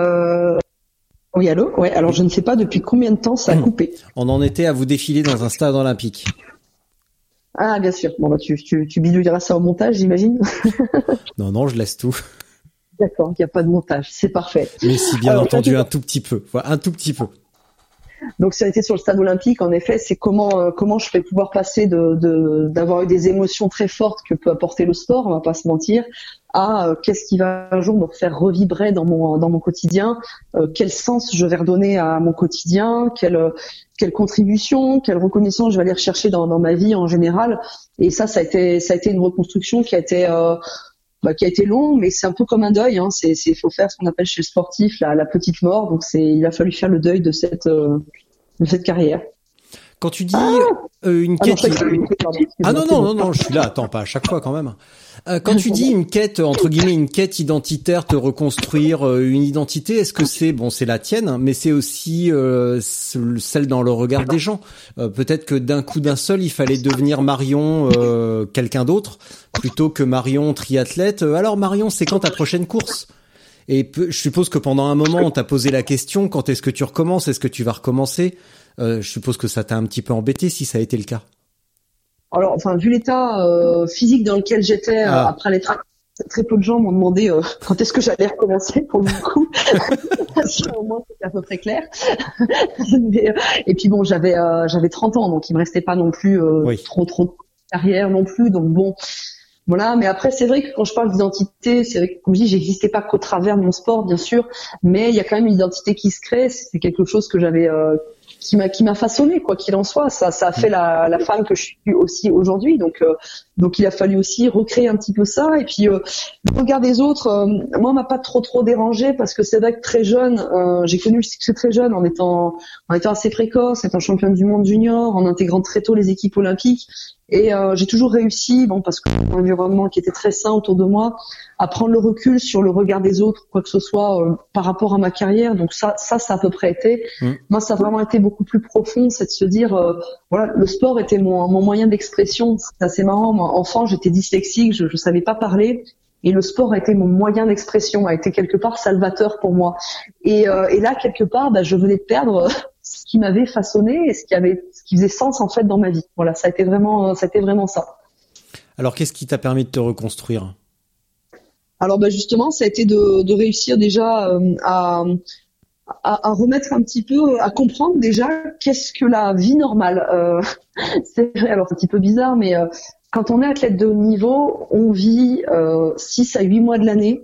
Oui, allô? Ouais, alors je ne sais pas depuis combien de temps ça a coupé. On en était à vous défiler dans un stade olympique. Ah, bien sûr. Bon, tu bidouilleras ça au montage, j'imagine. Non, je laisse tout. D'accord, il n'y a pas de montage, c'est parfait. Mais si, bien entendu, un tout petit peu. Voilà, un tout petit peu. Donc ça a été sur le stade olympique, en effet, c'est comment je vais pouvoir passer d'avoir eu des émotions très fortes que peut apporter le sport, on va pas se mentir, à qu'est-ce qui va un jour me faire revibrer dans mon quotidien, quel sens je vais redonner à mon quotidien, quelle contribution, quelle reconnaissance je vais aller rechercher dans ma vie en général. Et ça a été une reconstruction qui a été long, mais c'est un peu comme un deuil, hein. Faut faire ce qu'on appelle chez le sportif la petite mort. Donc il a fallu faire le deuil de cette carrière. Quand tu dis une quête, non, je suis là. Attends, pas à chaque fois quand même. Quand tu dis une quête entre guillemets, une quête identitaire, te reconstruire une identité, est-ce que c'est la tienne, hein, mais c'est aussi celle dans le regard des gens. Peut-être que d'un coup d'un seul, il fallait devenir Marion quelqu'un d'autre plutôt que Marion triathlète. Alors Marion, c'est quand ta prochaine course? Et je suppose que pendant un moment, on t'a posé la question, quand est-ce que tu recommences? Est-ce que tu vas recommencer? Je suppose que ça t'a un petit peu embêté si ça a été le cas. Alors, enfin, vu l'état physique dans lequel j'étais après les tracts, très peu de gens m'ont demandé quand est-ce que j'allais recommencer pour le coup. Au moins, c'était à peu près clair. Mais, et puis bon, j'avais 30 ans, donc il me restait pas non plus trop de carrière non plus. Donc bon, voilà. Mais après, c'est vrai que quand je parle d'identité, c'est vrai que, comme je dis, j'existais pas qu'au travers de mon sport, bien sûr, mais il y a quand même une identité qui se crée. C'est quelque chose que j'avais qui m'a façonné, quoi qu'il en soit. Ça a fait la femme que je suis aussi aujourd'hui. Donc il a fallu aussi recréer un petit peu ça. Et puis le regard des autres, moi, m'a pas trop dérangé parce que c'est vrai que très jeune, j'ai connu le succès très jeune en étant assez précoce, étant championne du monde junior, en intégrant très tôt les équipes olympiques. Et j'ai toujours réussi, parce que un environnement qui était très sain autour de moi, à prendre le recul sur le regard des autres, quoi que ce soit par rapport à ma carrière. Donc ça a à peu près été. Moi, ça a vraiment été beaucoup plus profond, c'est de se dire, voilà, le sport était mon moyen d'expression. C'est assez marrant. Moi, enfant, j'étais dyslexique, je savais pas parler. Et le sport a été mon moyen d'expression, a été quelque part salvateur pour moi. Et là, quelque part, je venais de perdre ce qui m'avait façonné et ce qui faisait sens en fait dans ma vie. Voilà, ça a été vraiment ça. Alors, qu'est-ce qui t'a permis de te reconstruire? Alors, justement, ça a été de réussir déjà à remettre un petit peu, à comprendre déjà qu'est-ce que la vie normale. C'est vrai, alors c'est un petit peu bizarre, mais quand on est athlète de haut niveau, on vit 6 à 8 mois de l'année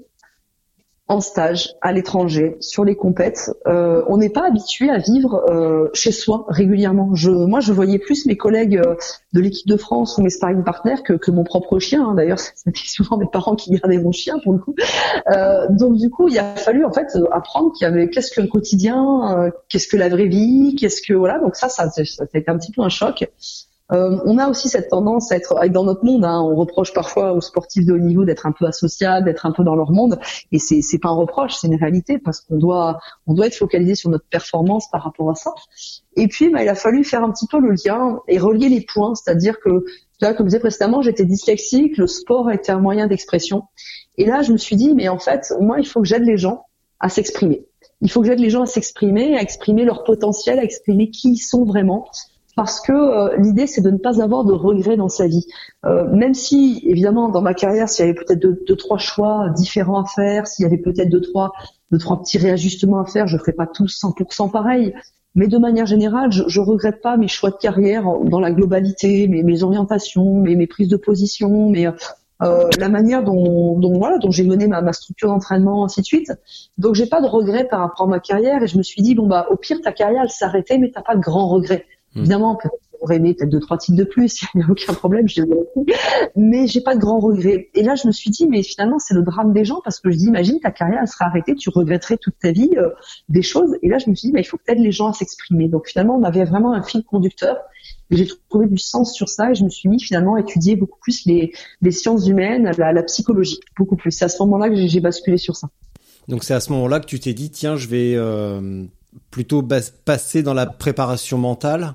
en stage, à l'étranger, sur les compètes. On n'est pas habitué à vivre chez soi régulièrement. Moi, je voyais plus mes collègues de l'équipe de France ou mes sparring partners que mon propre chien. Hein. D'ailleurs, c'était souvent mes parents qui gardaient mon chien pour le coup. Donc du coup, il a fallu en fait apprendre qu'est-ce que le quotidien, qu'est-ce que la vraie vie, voilà. Donc ça a été un petit peu un choc. On a aussi cette tendance à être dans notre monde. Hein, on reproche parfois aux sportifs de haut niveau d'être un peu asociables, d'être un peu dans leur monde, et c'est pas un reproche, c'est une réalité parce qu'on doit être focalisé sur notre performance par rapport à ça. Et puis, il a fallu faire un petit peu le lien et relier les points, c'est-à-dire que là, comme je disais précédemment, j'étais dyslexique, le sport a été un moyen d'expression, et là, je me suis dit, mais en fait, moi, il faut que j'aide les gens à s'exprimer. Il faut que j'aide les gens à s'exprimer, à exprimer leur potentiel, à exprimer qui ils sont vraiment. Parce que l'idée, c'est de ne pas avoir de regrets dans sa vie. Même si, évidemment, dans ma carrière, s'il y avait peut-être deux, trois choix différents à faire, s'il y avait peut-être deux, trois petits réajustements à faire, je ne ferais pas tous 100% pareil. Mais de manière générale, je regrette pas mes choix de carrière dans la globalité, mes orientations, mes prises de position, la manière dont j'ai mené ma structure d'entraînement, ainsi de suite. Donc, j'ai pas de regrets par rapport à ma carrière et je me suis dit, au pire, ta carrière, elle s'arrêtait, mais t'as pas de grands regrets. Évidemment, on aurait aimé peut-être 2-3 titres de plus, il n'y a aucun problème, je dirais, mais j'ai pas de grands regrets. Et là, je me suis dit, mais finalement, c'est le drame des gens, parce que je dis, imagine, ta carrière, elle serait arrêtée, tu regretterais toute ta vie des choses. Et là, je me suis dit, il faut que tu aides les gens à s'exprimer. Donc finalement, on avait vraiment un fil conducteur. Et j'ai trouvé du sens sur ça et je me suis mis finalement à étudier beaucoup plus les sciences humaines, la psychologie, beaucoup plus. C'est à ce moment-là que j'ai basculé sur ça. Donc c'est à ce moment-là que tu t'es dit, tiens, je vais plutôt passer dans la préparation mentale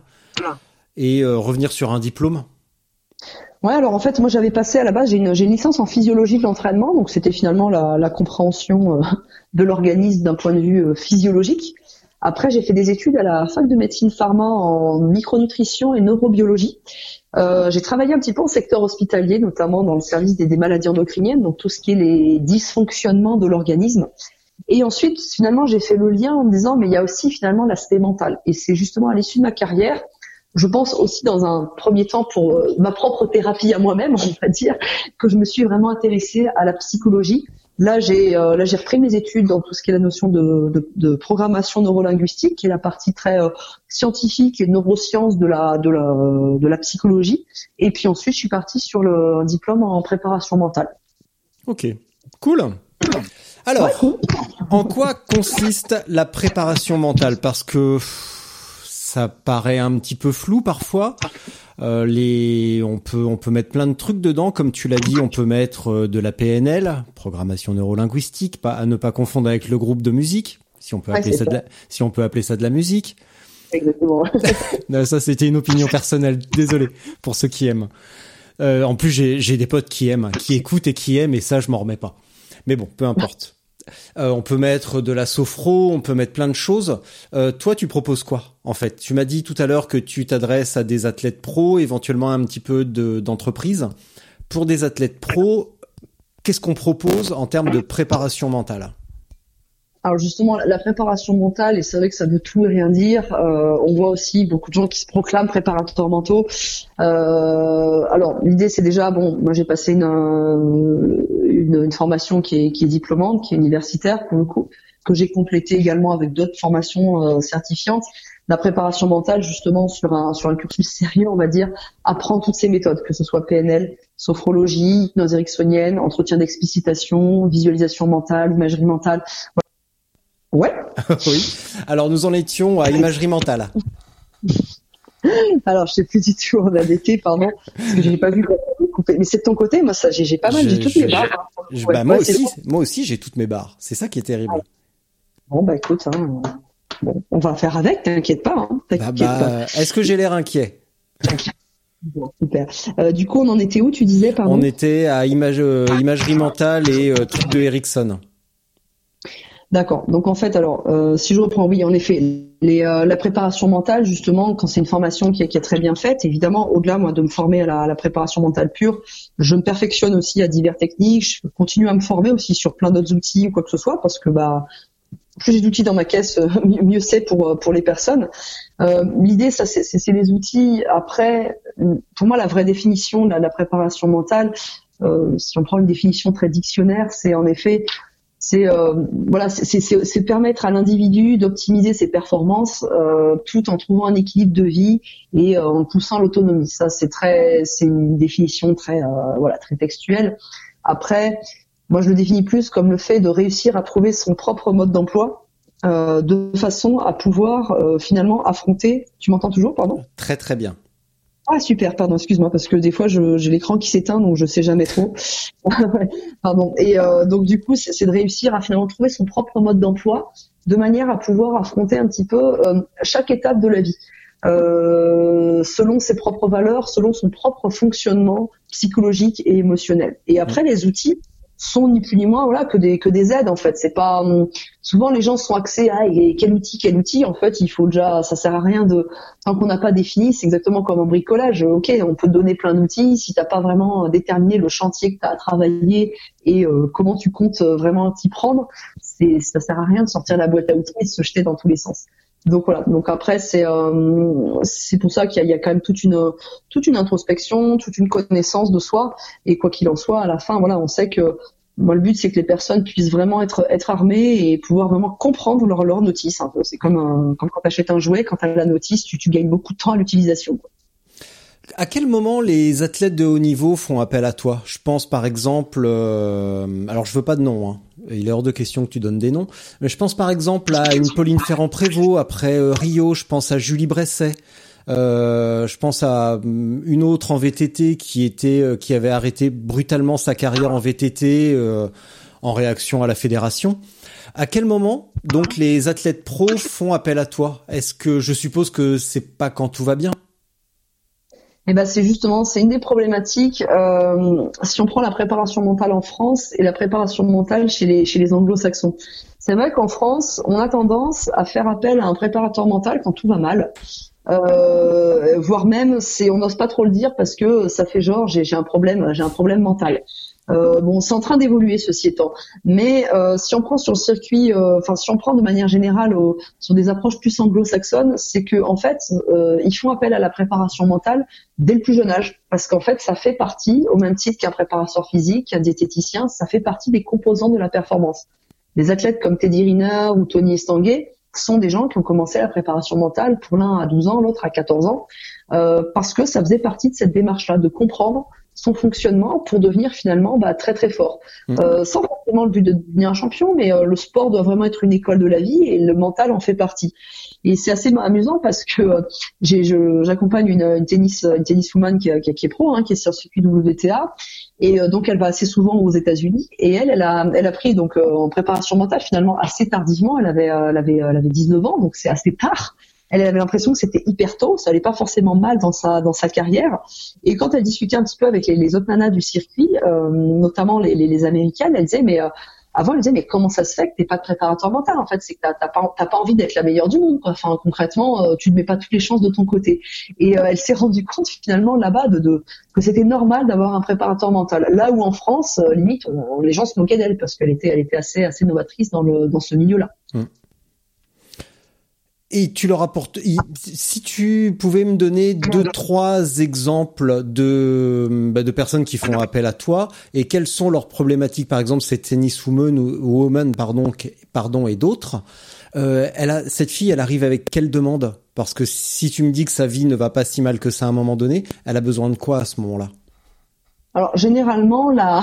et revenir sur un diplôme. Ouais, alors en fait, moi j'avais passé à la base, j'ai une licence en physiologie de l'entraînement, donc c'était finalement la compréhension de l'organisme d'un point de vue physiologique. Après, j'ai fait des études à la fac de médecine pharma en micronutrition et neurobiologie. J'ai travaillé un petit peu en secteur hospitalier, notamment dans le service des maladies endocriniennes, donc tout ce qui est les dysfonctionnements de l'organisme. Et ensuite, finalement, j'ai fait le lien en me disant, mais il y a aussi finalement l'aspect mental. Et c'est justement à l'issue de ma carrière, je pense aussi dans un premier temps pour ma propre thérapie à moi-même, on va dire, que je me suis vraiment intéressée à la psychologie. Là, j'ai repris mes études dans tout ce qui est la notion de programmation neurolinguistique, qui est la partie très scientifique et neurosciences de la psychologie. Et puis ensuite, je suis partie sur un diplôme en préparation mentale. Ok, cool. Alors, en quoi consiste la préparation mentale ? Parce que ça paraît un petit peu flou parfois. On peut mettre plein de trucs dedans, comme tu l'as dit, on peut mettre de la PNL, programmation neurolinguistique, à ne pas confondre avec le groupe de musique, si on peut appeler ça de la musique. Exactement. Non, ça c'était une opinion personnelle, désolé pour ceux qui aiment. En plus j'ai des potes qui aiment, qui écoutent et qui aiment, et ça je m'en remets pas. Mais bon, peu importe. On peut mettre de la sophro, on peut mettre plein de choses. Toi, tu proposes quoi, en fait? Tu m'as dit tout à l'heure que tu t'adresses à des athlètes pros, éventuellement un petit peu d'entreprise. Pour des athlètes pros, qu'est-ce qu'on propose en termes de préparation mentale? Alors justement, la préparation mentale, et c'est vrai que ça veut tout et rien dire, on voit aussi beaucoup de gens qui se proclament préparateurs mentaux. Alors l'idée c'est déjà, moi j'ai passé une formation qui est diplômante, qui est universitaire pour le coup, que j'ai complétée également avec d'autres formations certifiantes. La préparation mentale, justement, sur un cursus sérieux, on va dire, apprend toutes ces méthodes, que ce soit PNL, sophrologie, hypnose ericksonienne, entretien d'explicitation, visualisation mentale, imagerie mentale. Ouais. Oui. Alors nous en étions à imagerie mentale. Alors je sais plus du tout, on a été, pardon, parce que j'ai pas vu couper. Mais c'est de ton côté, moi ça, j'ai pas mal, j'ai toutes mes barres. Moi aussi, j'ai toutes mes barres. C'est ça qui est terrible. Ouais. Bon bah écoute, bon, on va faire avec, t'inquiète pas. Pas. Est-ce que j'ai l'air inquiet? Bon, super. Du coup, on en était où, tu disais, pardon? On était à imagerie mentale et truc de Erickson. D'accord. Donc en fait, alors si je reprends, oui, en effet, la préparation mentale, justement, quand c'est une formation qui est très bien faite, évidemment, au-delà moi de me former à la préparation mentale pure, je me perfectionne aussi à diverses techniques. Je continue à me former aussi sur plein d'autres outils ou quoi que ce soit, parce que plus j'ai d'outils dans ma caisse, mieux c'est pour les personnes. L'idée, ça, c'est les outils. Après, pour moi, la vraie définition de la préparation mentale, si on prend une définition très dictionnaire, c'est en effet c'est permettre à l'individu d'optimiser ses performances tout en trouvant un équilibre de vie et en poussant l'autonomie. Ça c'est une définition très textuelle. Après, moi je le définis plus comme le fait de réussir à trouver son propre mode d'emploi de façon à pouvoir finalement affronter. Tu m'entends toujours, pardon? Très très bien. Ah super, pardon, excuse-moi, parce que des fois j'ai l'écran qui s'éteint, donc je sais jamais trop. Pardon. Et donc du coup, c'est de réussir à finalement trouver son propre mode d'emploi, de manière à pouvoir affronter un petit peu chaque étape de la vie, selon ses propres valeurs, selon son propre fonctionnement psychologique et émotionnel. Et après, les outils sont ni plus ni moins que des aides en fait. C'est pas souvent les gens sont axés à quel outil en fait. Il faut déjà, ça sert à rien tant qu'on n'a pas défini. C'est exactement comme en bricolage. Ok, on peut te donner plein d'outils si t'as pas vraiment déterminé le chantier que t'as à travailler et comment tu comptes vraiment t'y prendre. Ça sert à rien de sortir la boîte à outils et de se jeter dans tous les sens. Donc voilà. Donc après c'est pour ça qu'il y a quand même toute une introspection, toute une connaissance de soi. Et quoi qu'il en soit, à la fin, voilà, on sait que le but c'est que les personnes puissent vraiment être armées et pouvoir vraiment comprendre leur notice. Un peu. C'est comme quand t'achètes un jouet, quand t'as la notice, tu gagnes beaucoup de temps à l'utilisation. À quel moment les athlètes de haut niveau font appel à toi? Je pense par exemple, alors je veux pas de nom, hein. Il est hors de question que tu donnes des noms, mais je pense par exemple à une Pauline Ferrand-Prévot après Rio, je pense à Julie Bresset, je pense à une autre en VTT qui avait arrêté brutalement sa carrière en VTT en réaction à la fédération. À quel moment donc les athlètes pros font appel à toi? Est-ce que je suppose que c'est pas quand tout va bien? Eh ben c'est une des problématiques. Si on prend la préparation mentale en France et la préparation mentale chez les anglo-saxons, c'est vrai qu'en France, on a tendance à faire appel à un préparateur mental quand tout va mal, voire même on n'ose pas trop le dire parce que ça fait genre j'ai un problème mental. C'est en train d'évoluer ceci étant, mais si on prend sur le circuit, si on prend de manière générale sur des approches plus anglo-saxonnes, c'est que en fait ils font appel à la préparation mentale dès le plus jeune âge, parce qu'en fait ça fait partie, au même titre qu'un préparateur physique, qu'un diététicien, ça fait partie des composants de la performance. Des athlètes comme Teddy Riner ou Tony Estanguet sont des gens qui ont commencé la préparation mentale, pour l'un à 12 ans, l'autre à 14 ans, parce que ça faisait partie de cette démarche-là, de comprendre son fonctionnement pour devenir finalement très très fort. Sans forcément le but de devenir un champion, mais le sport doit vraiment être une école de la vie et le mental en fait partie. Et c'est assez amusant parce que j'accompagne une tenniswoman qui est pro, qui est sur le circuit WTA, et donc elle va assez souvent aux États-Unis. Et elle a pris donc en préparation mentale finalement assez tardivement. Elle avait 19 ans, donc c'est assez tard. Elle avait l'impression que c'était hyper tôt, ça allait pas forcément mal dans sa carrière. Et quand elle discutait un petit peu avec les autres nanas du circuit, notamment les américaines, elle disait avant, elle me disait, mais comment ça se fait que t'es pas de préparateur mental? En fait, c'est que t'as pas envie d'être la meilleure du monde, quoi. Enfin, concrètement, tu ne mets pas toutes les chances de ton côté. Et elle s'est rendue compte finalement là-bas que c'était normal d'avoir un préparateur mental. Là où en France, limite, les gens se moquaient d'elle parce qu'elle était assez novatrice dans ce milieu-là. Et tu leur apportes, si tu pouvais me donner 2-3 exemples de personnes qui font appel à toi, et quelles sont leurs problématiques, par exemple, c'est Tennis Woman, pardon, et d'autres. Cette fille, elle arrive avec quelle demande? Parce que si tu me dis que sa vie ne va pas si mal que ça à un moment donné, elle a besoin de quoi à ce moment-là? Alors, généralement, la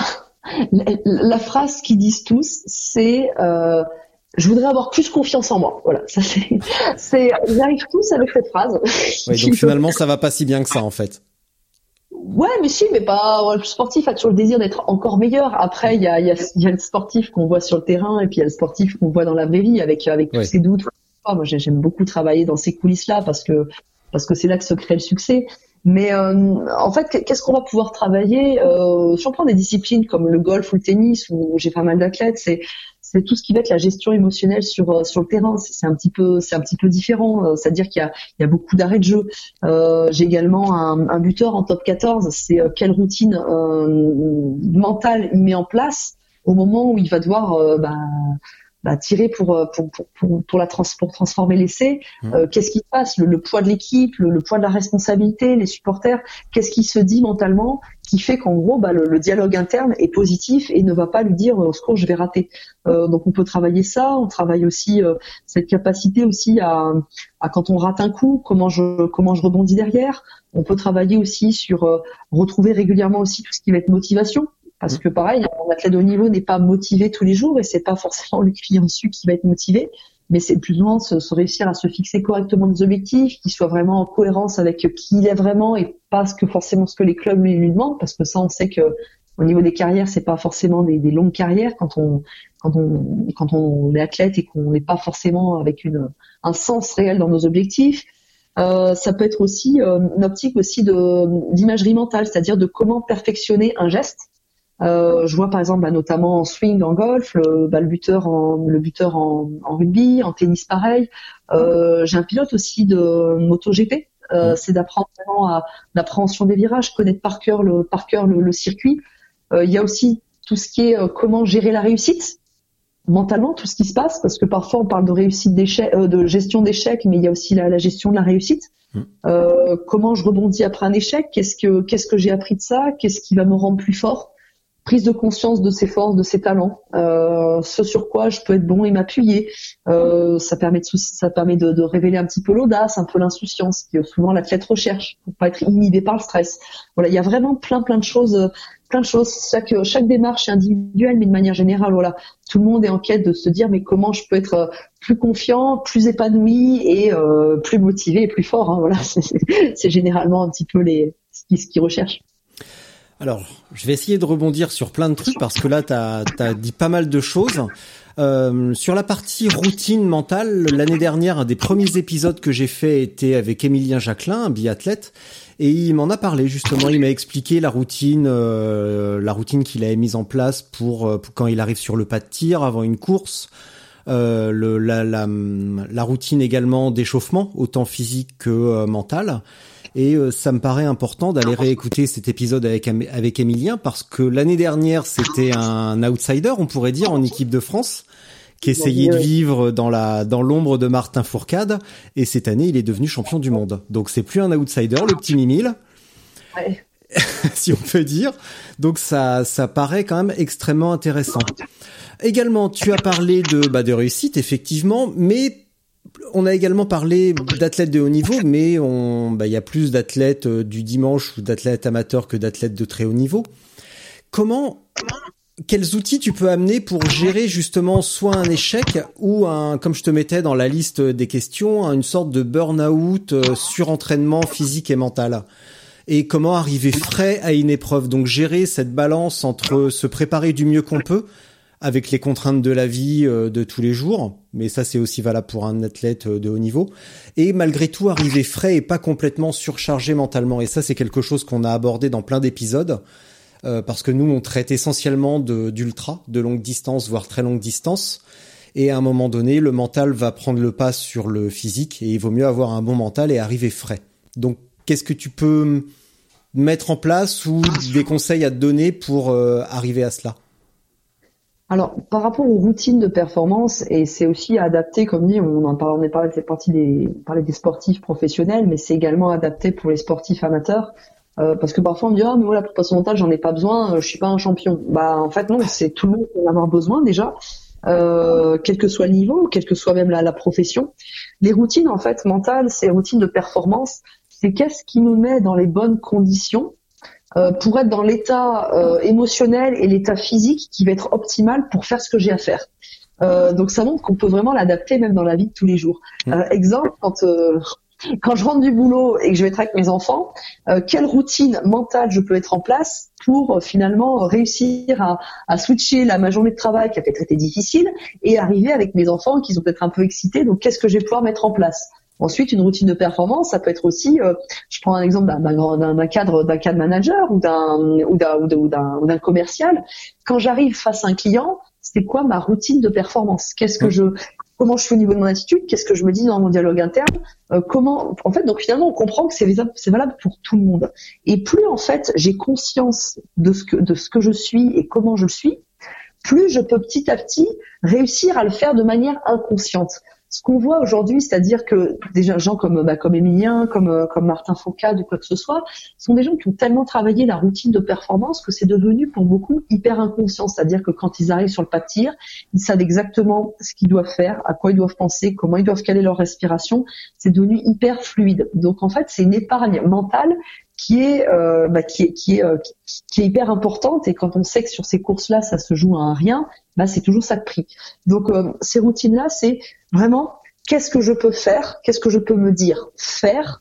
phrase qu'ils disent tous, c'est, je voudrais avoir plus confiance en moi. Voilà, ça ils arrivent tous avec cette phrase. Ouais, donc finalement, ça va pas si bien que ça, en fait. Ouais, mais si, mais pas. Le sportif a toujours le désir d'être encore meilleur. Après, il y a le sportif qu'on voit sur le terrain, et puis il y a le sportif qu'on voit dans la vraie vie avec tous ses doutes. Moi, j'aime beaucoup travailler dans ces coulisses-là parce que c'est là que se crée le succès. Mais en fait, qu'est-ce qu'on va pouvoir travailler si on prend des disciplines comme le golf ou le tennis, où j'ai pas mal d'athlètes, c'est tout ce qui va être la gestion émotionnelle sur le terrain. C'est un petit peu différent. C'est-à-dire qu'il y a beaucoup d'arrêts de jeu. J'ai également un buteur en top 14. C'est quelle routine mentale il met en place au moment où il va devoir tirer pour transformer l'essai. Qu'est-ce qui se passe? Le poids de l'équipe, le poids de la responsabilité, les supporters. Qu'est-ce qui se dit mentalement qui fait qu'en gros, le dialogue interne est positif et ne va pas lui dire au secours, je vais rater. Donc on peut travailler ça. On travaille aussi cette capacité aussi à quand on rate un coup, comment je rebondis derrière. On peut travailler aussi sur retrouver régulièrement aussi tout ce qui va être motivation. Parce que pareil, un athlète de haut niveau n'est pas motivé tous les jours et c'est pas forcément le client dessus qui va être motivé, mais c'est plus ou moins se réussir à se fixer correctement des objectifs, qui soient vraiment en cohérence avec qui il est vraiment et pas ce que les clubs lui demandent, parce que ça on sait que au niveau des carrières, c'est pas forcément des longues carrières quand on est athlète et qu'on n'est pas forcément avec un sens réel dans nos objectifs. Ça peut être aussi une optique aussi d'imagerie mentale, c'est-à-dire de comment perfectionner un geste. Je vois par exemple notamment en swing en golf, le buteur en rugby, en tennis pareil. J'ai un pilote aussi de MotoGP. C'est d'apprendre vraiment à l'appréhension des virages, connaître par cœur le circuit. Il y a aussi tout ce qui est comment gérer la réussite mentalement, tout ce qui se passe, parce que parfois on parle de réussite d'échec, de gestion d'échec, mais il y a aussi la gestion de la réussite. Comment je rebondis après un échec? Qu'est-ce que j'ai appris de ça? Qu'est-ce qui va me rendre plus fort? Prise de conscience de ses forces, de ses talents, ce sur quoi je peux être bon et m'appuyer. Ça permet de révéler un petit peu l'audace, un peu l'insouciance que souvent l'athlète recherche pour pas être inhibé par le stress. Voilà, il y a vraiment plein de choses. Chaque démarche est individuelle, mais de manière générale, voilà, tout le monde est en quête de se dire mais comment je peux être plus confiant, plus épanoui et plus motivé et plus fort. Hein, voilà, c'est généralement un petit peu ce qu'ils recherchent. Alors, je vais essayer de rebondir sur plein de trucs parce que là, t'as dit pas mal de choses. Sur la partie routine mentale, l'année dernière, un des premiers épisodes que j'ai fait était avec Émilien Jacquelin, un biathlète, et il m'en a parlé justement. Il m'a expliqué la routine qu'il avait mise en place pour quand il arrive sur le pas de tir avant une course. La routine également d'échauffement, autant physique que mentale. Et ça me paraît important d'aller réécouter cet épisode avec Émilien parce que l'année dernière, c'était un outsider, on pourrait dire, en équipe de France, qui essayait de vivre dans l'ombre de Martin Fourcade. Et cette année, il est devenu champion du monde. Donc c'est plus un outsider, le petit Mimile. Ouais. Si on peut dire. Donc ça paraît quand même extrêmement intéressant. Également, tu as parlé de réussite, effectivement, mais on a également parlé d'athlètes de haut niveau, mais il y a plus d'athlètes du dimanche ou d'athlètes amateurs que d'athlètes de très haut niveau. Quels outils tu peux amener pour gérer justement soit un échec ou comme je te mettais dans la liste des questions, une sorte de burn-out, surentraînement physique et mental? Et comment arriver frais à une épreuve? Donc gérer cette balance entre se préparer du mieux qu'on peut avec les contraintes de la vie de tous les jours, mais ça c'est aussi valable pour un athlète de haut niveau, et malgré tout arriver frais et pas complètement surchargé mentalement. Et ça c'est quelque chose qu'on a abordé dans plein d'épisodes. parce que nous on traite essentiellement d'ultra, de longue distance, voire très longue distance. Et à un moment donné, le mental va prendre le pas sur le physique et il vaut mieux avoir un bon mental et arriver frais. Donc, qu'est-ce que tu peux mettre en place ou des conseils à te donner pour arriver à cela ? Alors, par rapport aux routines de performance, et c'est aussi adapté, comme dit, on a parlé des sportifs professionnels, mais c'est également adapté pour les sportifs amateurs. Parce que parfois on me dit mais voilà, la préparation mentale, j'en ai pas besoin, je suis pas un champion. Bah en fait non, c'est tout le monde qui en a avoir besoin déjà. Quel que soit le niveau, quelle que soit même la profession. Les routines en fait mentales, ces routines de performance, c'est qu'est-ce qui nous met dans les bonnes conditions pour être dans l'état émotionnel et l'état physique qui va être optimal pour faire ce que j'ai à faire. Donc ça montre qu'on peut vraiment l'adapter même dans la vie de tous les jours. Exemple, quand je rentre du boulot et que je vais être avec mes enfants, quelle routine mentale je peux mettre en place pour finalement réussir à switcher ma journée de travail qui a peut-être été difficile et arriver avec mes enfants qui sont peut-être un peu excités. Donc, qu'est-ce que je vais pouvoir mettre en place ? Ensuite, une routine de performance, ça peut être aussi, je prends un exemple d'un cadre manager ou d'un commercial. Quand j'arrive face à un client, c'est quoi ma routine de performance ? Comment je fais au niveau de mon attitude, qu'est-ce que je me dis dans mon dialogue interne, donc finalement on comprend que c'est valable pour tout le monde. Et plus en fait j'ai conscience de ce que je suis et comment je le suis, plus je peux petit à petit réussir à le faire de manière inconsciente. Ce qu'on voit aujourd'hui, c'est-à-dire que des gens comme Émilien, comme Martin Fourcade ou quoi que ce soit, sont des gens qui ont tellement travaillé la routine de performance que c'est devenu pour beaucoup hyper inconscient. C'est-à-dire que quand ils arrivent sur le pas de tir, ils savent exactement ce qu'ils doivent faire, à quoi ils doivent penser, comment ils doivent caler leur respiration. C'est devenu hyper fluide. Donc en fait, c'est une épargne mentale qui est hyper importante, et quand on sait que sur ces courses-là, ça se joue à un rien, c'est toujours ça de prix. Donc ces routines-là, c'est vraiment qu'est-ce que je peux faire, qu'est-ce que je peux me dire, faire,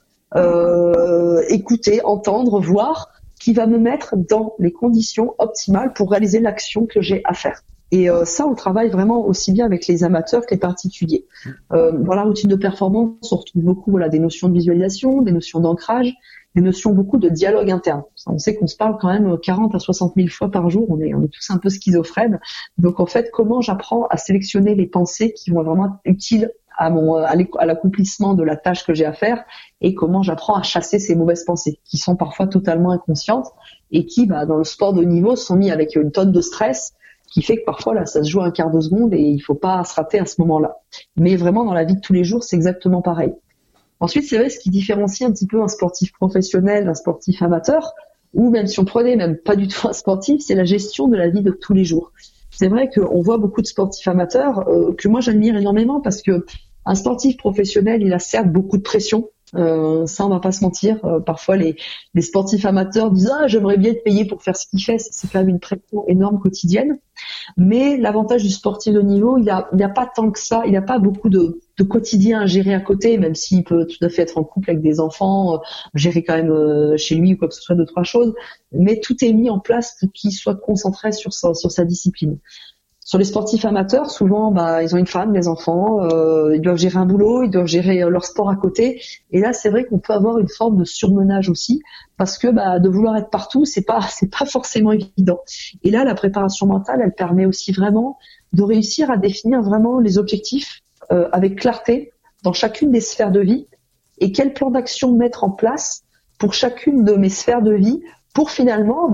écouter, entendre, voir, qui va me mettre dans les conditions optimales pour réaliser l'action que j'ai à faire. Et ça, on travaille vraiment aussi bien avec les amateurs que les particuliers. Dans la routine de performance, on retrouve beaucoup des notions de visualisation, des notions d'ancrage, des notions beaucoup de dialogue interne. On sait qu'on se parle quand même 40 à 60 000 fois par jour, on est tous un peu schizophrènes. Donc en fait, comment j'apprends à sélectionner les pensées qui vont vraiment être utiles à l'accomplissement de la tâche que j'ai à faire, et comment j'apprends à chasser ces mauvaises pensées qui sont parfois totalement inconscientes et qui, dans le sport de haut niveau, sont mis avec une tonne de stress qui fait que parfois là ça se joue un quart de seconde et il faut pas se rater à ce moment-là. Mais vraiment dans la vie de tous les jours, c'est exactement pareil. Ensuite, c'est vrai, ce qui différencie un petit peu un sportif professionnel d'un sportif amateur, ou même si on prenait même pas du tout un sportif, c'est la gestion de la vie de tous les jours. C'est vrai qu'on voit beaucoup de sportifs amateurs que moi j'admire énormément, parce que un sportif professionnel, il a certes beaucoup de pression. Ça, on va pas se mentir. Parfois, les sportifs amateurs disent j'aimerais bien être payé pour faire ce qu'il fait. C'est quand même une pression énorme quotidienne. Mais l'avantage du sportif de niveau, il y a pas tant que ça. Il n'y a pas beaucoup de quotidien à gérer à côté, même s'il peut tout à fait être en couple avec des enfants, gérer quand même chez lui ou quoi que ce soit, 2-3 choses. Mais tout est mis en place pour qu'il soit concentré sur sa discipline. Sur les sportifs amateurs, souvent, ils ont une femme, des enfants, ils doivent gérer un boulot, ils doivent gérer leur sport à côté. Et là, c'est vrai qu'on peut avoir une forme de surmenage aussi, parce que de vouloir être partout, c'est pas forcément évident. Et là, la préparation mentale, elle permet aussi vraiment de réussir à définir vraiment les objectifs avec clarté dans chacune des sphères de vie, et quel plan d'action mettre en place pour chacune de mes sphères de vie pour finalement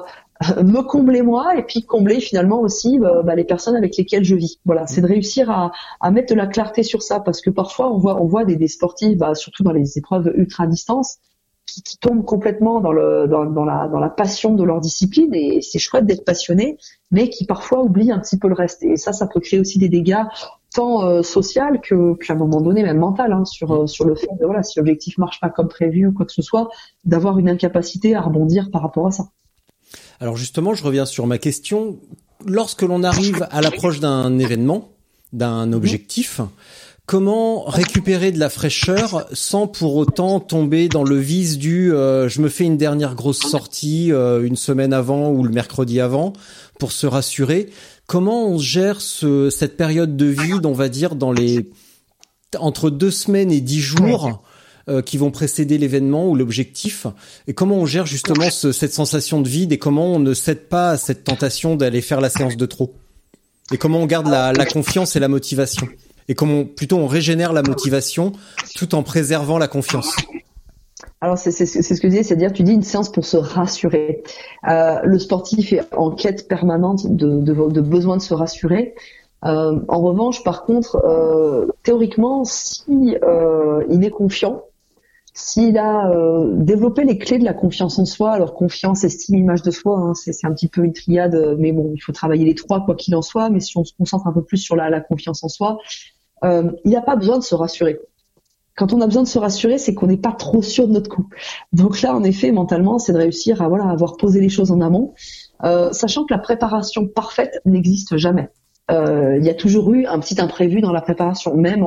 me combler moi, et puis combler finalement aussi les personnes avec lesquelles je vis. Voilà, c'est de réussir à mettre de la clarté sur ça, parce que parfois on voit des sportifs, surtout dans les épreuves ultra distance, qui tombent complètement dans la passion de leur discipline, et c'est chouette d'être passionné, mais qui parfois oublient un petit peu le reste. Et ça peut créer aussi des dégâts tant social qu'à un moment donné même mental, sur le fait de si l'objectif marche pas comme prévu ou quoi que ce soit, d'avoir une incapacité à rebondir par rapport à ça. Alors justement, je reviens sur ma question. Lorsque l'on arrive à l'approche d'un événement, d'un objectif, comment récupérer de la fraîcheur sans pour autant tomber dans le vice du je me fais une dernière grosse sortie une semaine avant ou le mercredi avant pour se rassurer? Comment on gère cette période de vide, on va dire, entre 2 semaines et 10 jours, qui vont précéder l'événement ou l'objectif, et comment on gère justement cette sensation de vide et comment on ne cède pas à cette tentation d'aller faire la séance de trop, et comment on garde la confiance et la motivation, et comment plutôt on régénère la motivation tout en préservant la confiance. Alors c'est ce que je disais, c'est-à-dire tu dis une séance pour se rassurer. Le sportif est en quête permanente de besoin de se rassurer. En revanche, par contre, théoriquement, si il est confiant, s'il a développé les clés de la confiance en soi, alors confiance, estime, image de soi, hein, c'est un petit peu une triade, mais bon, il faut travailler les trois quoi qu'il en soit. Mais si on se concentre un peu plus sur la confiance en soi, il n'a pas besoin de se rassurer. Quand on a besoin de se rassurer, c'est qu'on n'est pas trop sûr de notre coup. Donc là, en effet, mentalement, c'est de réussir à avoir posé les choses en amont, sachant que la préparation parfaite n'existe jamais. Il y a toujours eu un petit imprévu dans la préparation, même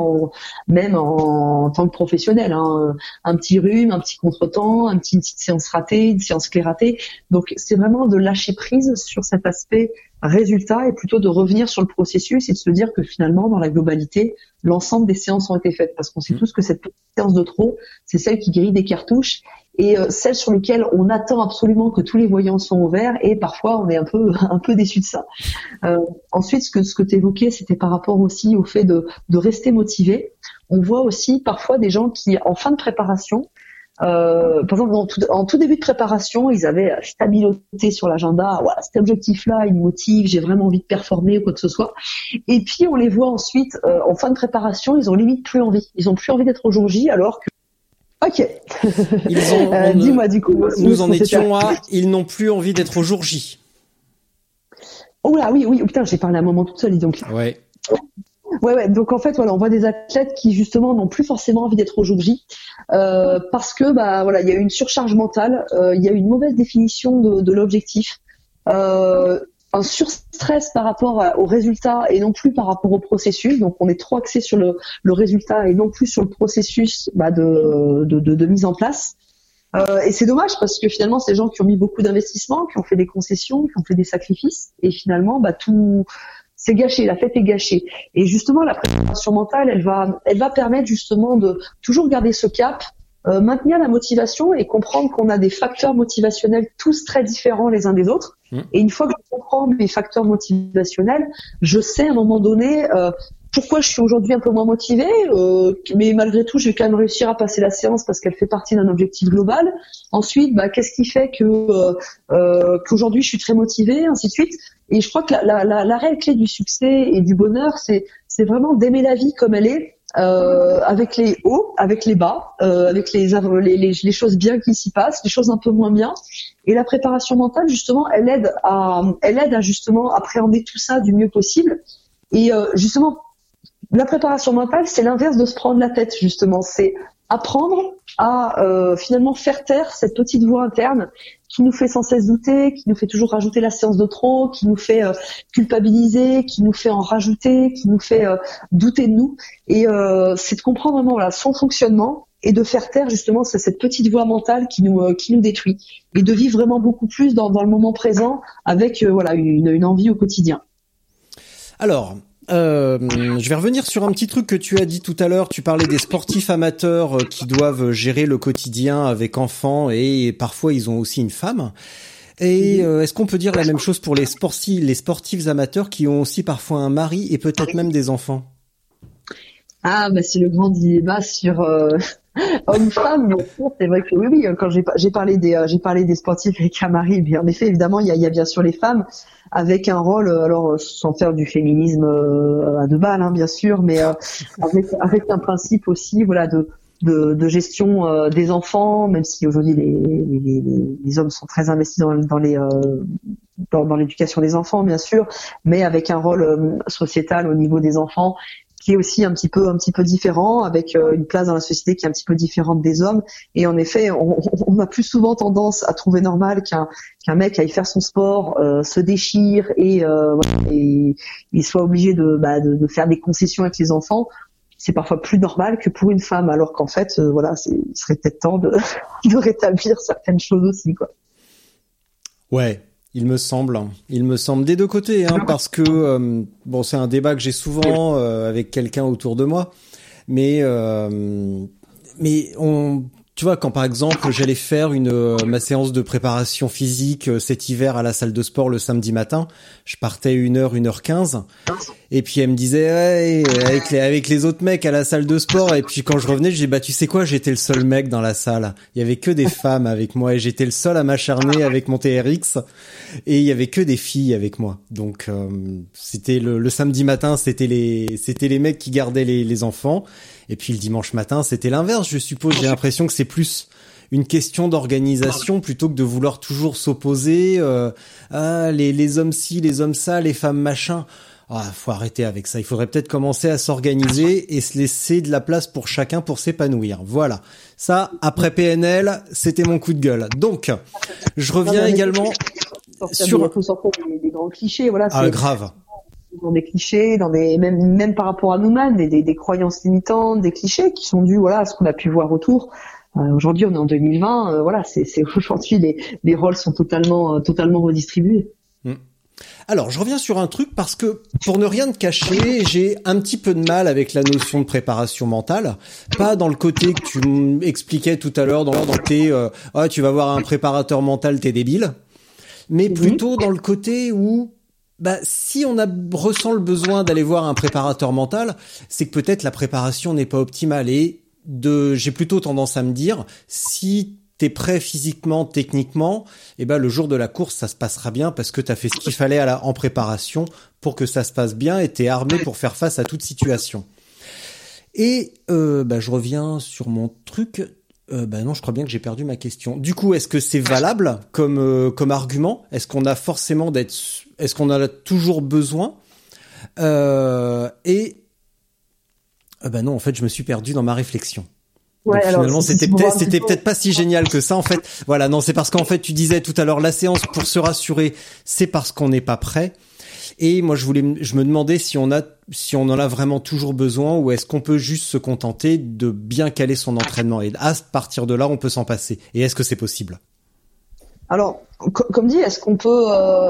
en tant que professionnel, hein. Un petit rhume, un petit contretemps, une petite séance ratée, une séance clé ratée. Donc c'est vraiment de lâcher prise sur cet aspect résultat et plutôt de revenir sur le processus et de se dire que finalement, dans la globalité, l'ensemble des séances ont été faites, parce qu'on sait tous que cette petite séance de trop, c'est celle qui grille des cartouches et celle sur laquelle on attend absolument que tous les voyants soient ouverts, et parfois on est un peu déçu de ça. Ensuite, ce que tu évoquais, c'était par rapport aussi au fait de rester motivé. On voit aussi parfois des gens qui, en fin de préparation, par exemple, en tout début de préparation, ils avaient stabiloté sur l'agenda, voilà, cet objectif-là, il me motive, j'ai vraiment envie de performer ou quoi que ce soit. Et puis on les voit ensuite, en fin de préparation, ils ont limite plus envie. Ils ont plus envie d'être au jour J, alors que ok. Dis-moi du coup. Nous en étions à, ils n'ont plus envie d'être au jour J. Oh là, oui, oh, putain, j'ai parlé un moment toute seule, dis donc. Ouais. Ouais. Donc en fait, voilà, on voit des athlètes qui justement n'ont plus forcément envie d'être au jour J, parce que voilà, il y a une surcharge mentale, il y a une mauvaise définition de l'objectif, un surstress par rapport au résultat et non plus par rapport au processus. Donc on est trop axé sur le résultat et non plus sur le processus de mise en place. Et c'est dommage parce que finalement, c'est des gens qui ont mis beaucoup d'investissements, qui ont fait des concessions, qui ont fait des sacrifices, et finalement, tout c'est gâché, la fête est gâchée. Et justement, la préparation mentale, elle va permettre justement de toujours garder ce cap, maintenir la motivation et comprendre qu'on a des facteurs motivationnels tous très différents les uns des autres. Et une fois que je comprends mes facteurs motivationnels, je sais à un moment donné pourquoi je suis aujourd'hui un peu moins motivée, mais malgré tout, je vais quand même réussir à passer la séance parce qu'elle fait partie d'un objectif global. Ensuite, qu'est-ce qui fait qu'aujourd'hui je suis très motivée, ainsi de suite. Et je crois que la réelle clé du succès et du bonheur, c'est vraiment d'aimer la vie comme elle est, avec les hauts, avec les bas, avec les choses bien qui s'y passent, les choses un peu moins bien. Et la préparation mentale, justement, elle aide à justement appréhender tout ça du mieux possible. Et justement, la préparation mentale, c'est l'inverse de se prendre la tête, justement. C'est apprendre à finalement faire taire cette petite voix interne qui nous fait sans cesse douter, qui nous fait toujours rajouter la séance de trop, qui nous fait culpabiliser, qui nous fait en rajouter, qui nous fait douter de nous. Et c'est de comprendre vraiment son fonctionnement et de faire taire justement cette petite voix mentale qui nous détruit, et de vivre vraiment beaucoup plus dans le moment présent avec une envie au quotidien. Alors, je vais revenir sur un petit truc que tu as dit tout à l'heure. Tu parlais des sportifs amateurs qui doivent gérer le quotidien avec enfants, et parfois ils ont aussi une femme. Et est-ce qu'on peut dire la même chose pour les sportifs amateurs qui ont aussi parfois un mari et peut-être même des enfants? Ah, c'est le grand débat sur homme-femme. C'est vrai que oui, quand j'ai parlé des sportifs avec un mari, bien en effet, évidemment, il y a bien sûr les femmes avec un rôle, alors sans faire du féminisme à deux balles, hein, bien sûr, mais avec un principe aussi, voilà, de gestion des enfants, même si aujourd'hui les hommes sont très investis dans l'éducation des enfants, bien sûr, mais avec un rôle sociétal au niveau des enfants qui est aussi un petit peu différent, avec une place dans la société qui est un petit peu différente des hommes. Et en effet, on a plus souvent tendance à trouver normal qu'un mec aille faire son sport, se déchire et soit obligé de faire des concessions avec les enfants. C'est parfois plus normal que pour une femme, alors qu'en fait, il serait peut-être temps de rétablir certaines choses aussi, quoi. Ouais. Il me semble des deux côtés, hein, parce que c'est un débat que j'ai souvent avec quelqu'un autour de moi, mais tu vois, quand par exemple j'allais faire ma séance de préparation physique cet hiver à la salle de sport le samedi matin, je partais 1h15, et puis elle me disait ouais, avec les autres mecs à la salle de sport, et puis quand je revenais, je dis tu sais quoi, j'étais le seul mec dans la salle, il y avait que des femmes avec moi et j'étais le seul à m'acharner avec mon TRX et il y avait que des filles avec moi. Donc c'était le samedi matin, c'était les mecs qui gardaient les enfants. Et puis le dimanche matin, c'était l'inverse, je suppose. J'ai l'impression que c'est plus une question d'organisation plutôt que de vouloir toujours s'opposer. Les hommes ci, les hommes ça, les femmes machin. Faut arrêter avec ça. Il faudrait peut-être commencer à s'organiser et se laisser de la place pour chacun pour s'épanouir. Voilà. Ça, après PNL, c'était mon coup de gueule. Donc, je reviens également sur... Il faut sortir des grands clichés, voilà. Grave. Dans des clichés, même par rapport à nous-mêmes, des croyances limitantes, des clichés qui sont dus, voilà, à ce qu'on a pu voir autour. Aujourd'hui, on est en 2020, voilà, c'est aujourd'hui les rôles sont totalement redistribués. Alors, je reviens sur un truc parce que, pour ne rien te cacher, j'ai un petit peu de mal avec la notion de préparation mentale. Pas dans le côté que tu m'expliquais tout à l'heure, dans tes tu vas voir un préparateur mental, t'es débile. Mais plutôt dans le côté où si on ressent le besoin d'aller voir un préparateur mental, c'est que peut-être la préparation n'est pas optimale. Et j'ai plutôt tendance à me dire, si t'es prêt physiquement, techniquement, le jour de la course, ça se passera bien parce que t'as fait ce qu'il fallait en préparation pour que ça se passe bien et t'es armé pour faire face à toute situation. Et je reviens sur mon truc. Non, je crois bien que j'ai perdu ma question. Du coup, est-ce que c'est valable comme argument? Est-ce qu'on a forcément est-ce qu'on en a toujours besoin? Non, en fait, je me suis perdu dans ma réflexion. Ouais, donc, finalement, c'était peut-être pas si génial que ça, en fait. Voilà, non, c'est parce qu'en fait, tu disais tout à l'heure, la séance pour se rassurer, c'est parce qu'on n'est pas prêt. Et moi, je me demandais si on en a vraiment toujours besoin ou est-ce qu'on peut juste se contenter de bien caler son entraînement et à partir de là, on peut s'en passer. Et est-ce que c'est possible? Alors, comme dit, est-ce qu'on peut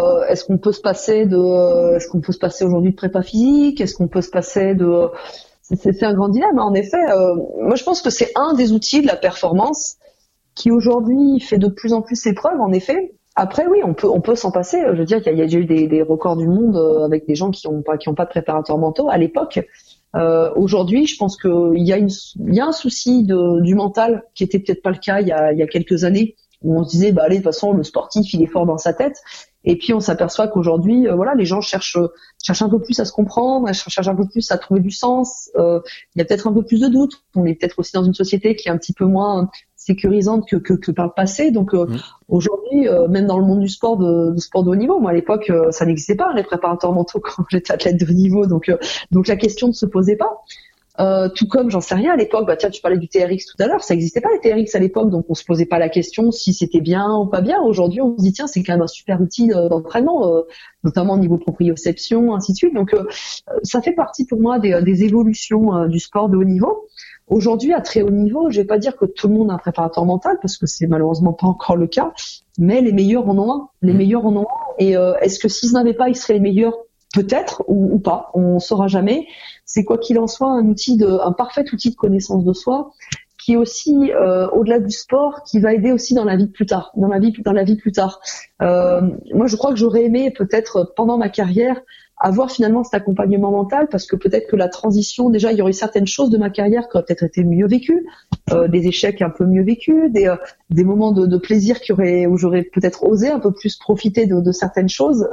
se passer aujourd'hui de prépa physique? Est-ce qu'on peut se passer de c'est un grand dilemme, en effet. Moi, je pense que c'est un des outils de la performance qui aujourd'hui fait de plus en plus ses preuves, en effet. Après, oui, on peut s'en passer. Je veux dire qu'il y a déjà eu des records du monde avec des gens qui ont pas de préparateurs mentaux à l'époque. Aujourd'hui, je pense qu'il y a un souci du mental qui était peut-être pas le cas il y a quelques années, où on se disait allez, de toute façon, le sportif il est fort dans sa tête. Et puis on s'aperçoit qu'aujourd'hui, les gens cherchent un peu plus à se comprendre, cherchent un peu plus à trouver du sens. Il y a peut-être un peu plus de doutes. On est peut-être aussi dans une société qui est un petit peu moins sécurisante que par le passé. Donc aujourd'hui, même dans le monde du sport de haut niveau, moi à l'époque, ça n'existait pas les préparateurs mentaux quand j'étais athlète de haut niveau. Donc la question ne se posait pas. Tout comme, j'en sais rien, à l'époque, tiens, tu parlais du TRX tout à l'heure, ça n'existait pas les TRX à l'époque, donc on se posait pas la question si c'était bien ou pas bien. Aujourd'hui, on se dit, tiens, c'est quand même un super outil d'entraînement, notamment au niveau proprioception, ainsi de suite. Donc, ça fait partie pour moi des évolutions du sport de haut niveau. Aujourd'hui, à très haut niveau, je vais pas dire que tout le monde a un préparateur mental, parce que c'est malheureusement pas encore le cas, mais les meilleurs en ont un. Les meilleurs en ont un. Et est-ce que s'ils n'avaient pas, ils seraient les meilleurs? Peut-être ou pas, on saura jamais. C'est quoi qu'il en soit un parfait outil de connaissance de soi qui est aussi au-delà du sport, qui va aider aussi dans la vie de plus tard, dans la vie plus tard. Moi, je crois que j'aurais aimé peut-être pendant ma carrière avoir finalement cet accompagnement mental, parce que peut-être que la transition, déjà, il y aurait certaines choses de ma carrière qui auraient peut-être été mieux vécues, des échecs un peu mieux vécus, des moments de plaisir où j'aurais peut-être osé un peu plus profiter de certaines choses,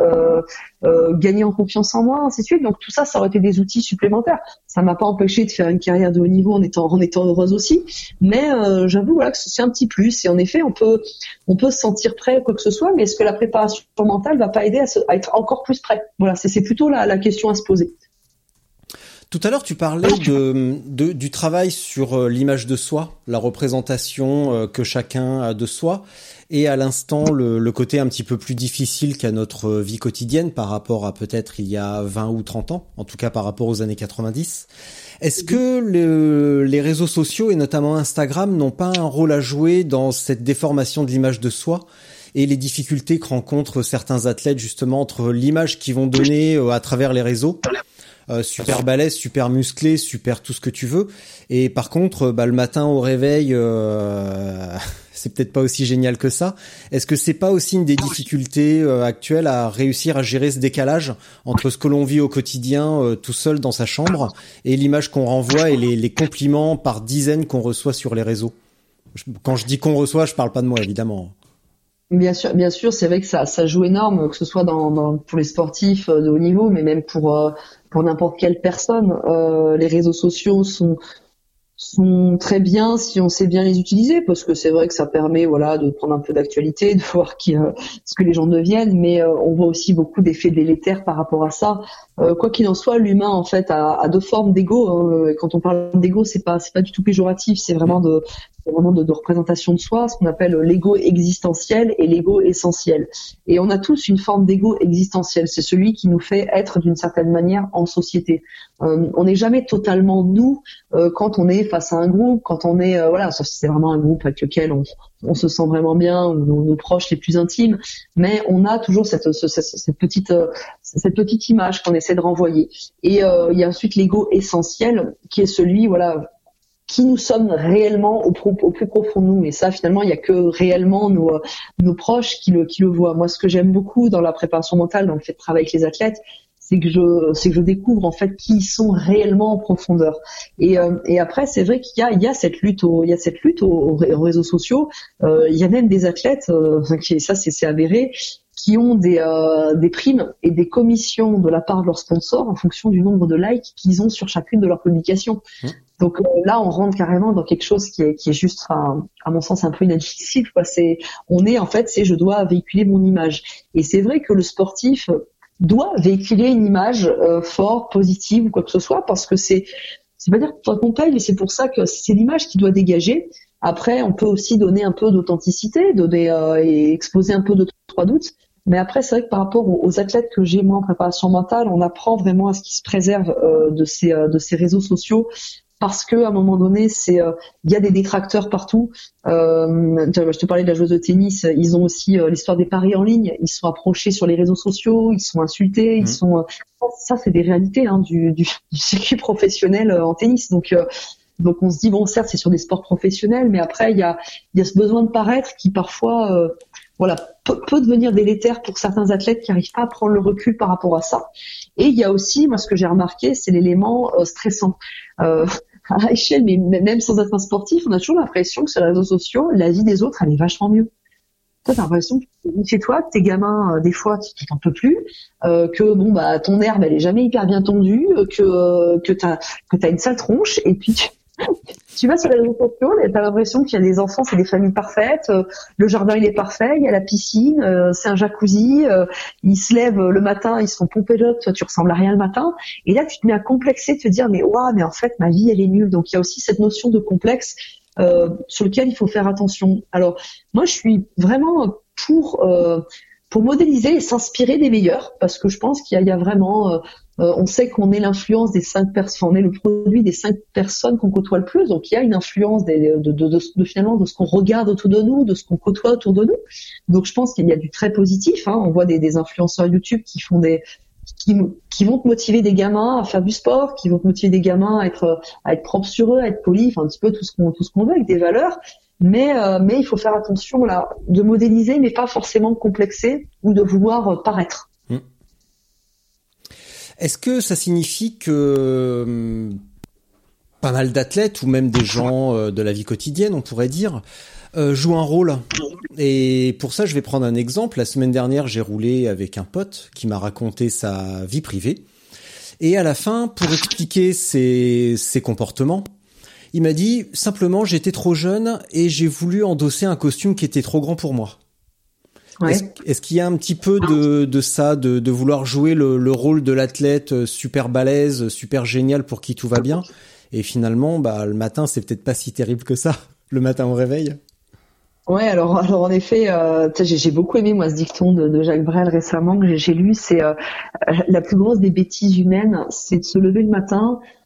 gagner en confiance en moi, ainsi de suite. Donc tout ça, ça aurait été des outils supplémentaires. Ça m'a pas empêché de faire une carrière de haut niveau en étant heureuse aussi, mais j'avoue que c'est un petit plus. Et en effet, on peut se sentir prêt à quoi que ce soit, mais est-ce que la préparation mentale va pas aider à être encore plus prêt? Voilà, c'est plutôt la question à se poser. Tout à l'heure, tu parlais du travail sur l'image de soi, la représentation que chacun a de soi, et à l'instant, le côté un petit peu plus difficile qu'a notre vie quotidienne par rapport à peut-être il y a 20 ou 30 ans, en tout cas par rapport aux années 90. Est-ce que les réseaux sociaux, et notamment Instagram, n'ont pas un rôle à jouer dans cette déformation de l'image de soi et les difficultés que rencontrent certains athlètes justement entre l'image qu'ils vont donner à travers les réseaux super balèze, super musclé, super tout ce que tu veux. Et par contre, le matin au réveil, c'est peut-être pas aussi génial que ça. Est-ce que c'est pas aussi une des difficultés actuelles à réussir à gérer ce décalage entre ce que l'on vit au quotidien tout seul dans sa chambre et l'image qu'on renvoie et les compliments par dizaines qu'on reçoit sur les réseaux? Quand je dis qu'on reçoit, je parle pas de moi, évidemment. Bien sûr, c'est vrai que ça joue énorme, que ce soit pour les sportifs de haut niveau, mais même pour n'importe quelle personne. Les réseaux sociaux sont très bien si on sait bien les utiliser, parce que c'est vrai que ça permet de prendre un peu d'actualité, de voir ce que les gens deviennent, mais on voit aussi beaucoup d'effets délétères par rapport à ça. Quoi qu'il en soit, l'humain en fait a deux formes d'ego, hein. Quand on parle d'ego, c'est pas du tout péjoratif, c'est vraiment de représentation de soi, ce qu'on appelle l'ego existentiel et l'ego essentiel. Et on a tous une forme d'ego existentiel, c'est celui qui nous fait être d'une certaine manière en société. On n'est jamais totalement nous quand on est face à un groupe, quand on est sauf si c'est vraiment un groupe avec lequel on se sent vraiment bien, nos proches les plus intimes, mais on a toujours cette petite image qu'on essaie de renvoyer. Et il y a ensuite l'ego essentiel qui est celui qui nous sommes réellement au plus profond de nous. Et ça, finalement, il y a que réellement nos proches qui le voient. Moi, ce que j'aime beaucoup dans la préparation mentale, dans le fait de travailler avec les athlètes, c'est que je découvre en fait qui ils sont réellement en profondeur. Et après, c'est vrai qu'il y a cette lutte aux réseaux sociaux. Il y a même des athlètes, ça c'est avéré, qui ont des primes et des commissions de la part de leurs sponsors en fonction du nombre de likes qu'ils ont sur chacune de leurs publications. Donc là, on rentre carrément dans quelque chose qui est juste, à mon sens, un peu inadmissible, quoi. Je dois véhiculer mon image. Et c'est vrai que le sportif doit véhiculer une image forte, positive ou quoi que ce soit, parce que c'est pas dire qu'on paye, mais c'est pour ça que c'est l'image qui doit dégager. Après, on peut aussi donner un peu d'authenticité, et exposer un peu de trois doutes. Mais après, c'est vrai que par rapport aux athlètes que j'ai moi en préparation mentale, on apprend vraiment à ce qu'ils se préservent de ces réseaux sociaux. Parce que à un moment donné, il y a des détracteurs partout. Je te parlais de la joueuse de tennis. Ils ont aussi l'histoire des paris en ligne. Ils sont approchés sur les réseaux sociaux. Ils sont insultés. Ça, c'est des réalités du circuit professionnel en tennis. Donc on se dit bon, certes, c'est sur des sports professionnels, mais après il y a ce besoin de paraître qui parfois peut devenir délétère pour certains athlètes qui n'arrivent pas à prendre le recul par rapport à ça. Et il y a aussi, moi, ce que j'ai remarqué, c'est l'élément stressant. À échelle, mais même sans être un sportif, on a toujours l'impression que sur les réseaux sociaux, la vie des autres, elle est vachement mieux. Toi, t'as l'impression que chez toi, que tes gamins, des fois, tu t'en peux plus, que ton herbe, elle est jamais hyper bien tondue, que t'as une sale tronche, et puis tu vas sur les réseaux sociaux et t'as l'impression qu'il y a des enfants, c'est des familles parfaites, le jardin il est parfait, il y a la piscine, c'est un jacuzzi, ils se lèvent le matin, ils se font pomper l'autre, toi tu ressembles à rien le matin, et là tu te mets à complexer, te dire mais en fait ma vie elle est nulle. Donc il y a aussi cette notion de complexe sur lequel il faut faire attention. Alors moi je suis vraiment pour modéliser et s'inspirer des meilleurs, parce que je pense qu'il y a vraiment on sait qu'on est l'influence des 5 personnes, on est le produit des 5 personnes qu'on côtoie le plus, donc il y a une influence finalement de ce qu'on regarde autour de nous, de ce qu'on côtoie autour de nous. Donc je pense qu'il y a du très positif, hein. On voit des influenceurs YouTube qui font qui vont te motiver des gamins à faire du sport, qui vont te motiver des gamins à être propres sur eux, à être polis, enfin un petit peu tout ce qu'on veut avec des valeurs. Mais il faut faire attention de modéliser, mais pas forcément complexer ou de vouloir paraître. Est-ce que ça signifie que pas mal d'athlètes ou même des gens de la vie quotidienne, on pourrait dire, jouent un rôle? Et pour ça, je vais prendre un exemple. La semaine dernière, j'ai roulé avec un pote qui m'a raconté sa vie privée. Et à la fin, pour expliquer ses comportements, il m'a dit simplement j'étais trop jeune et j'ai voulu endosser un costume qui était trop grand pour moi. Ouais. Est-ce qu'il y a un petit peu de ça, de vouloir jouer le rôle de l'athlète super balèze, super génial pour qui tout va bien, et finalement le matin c'est peut-être pas si terrible que ça, le matin au réveil? Ouais, alors en effet, j'ai beaucoup aimé moi ce dicton de Jacques Brel récemment que j'ai lu, c'est la plus grosse des bêtises humaines, c'est de se lever le matin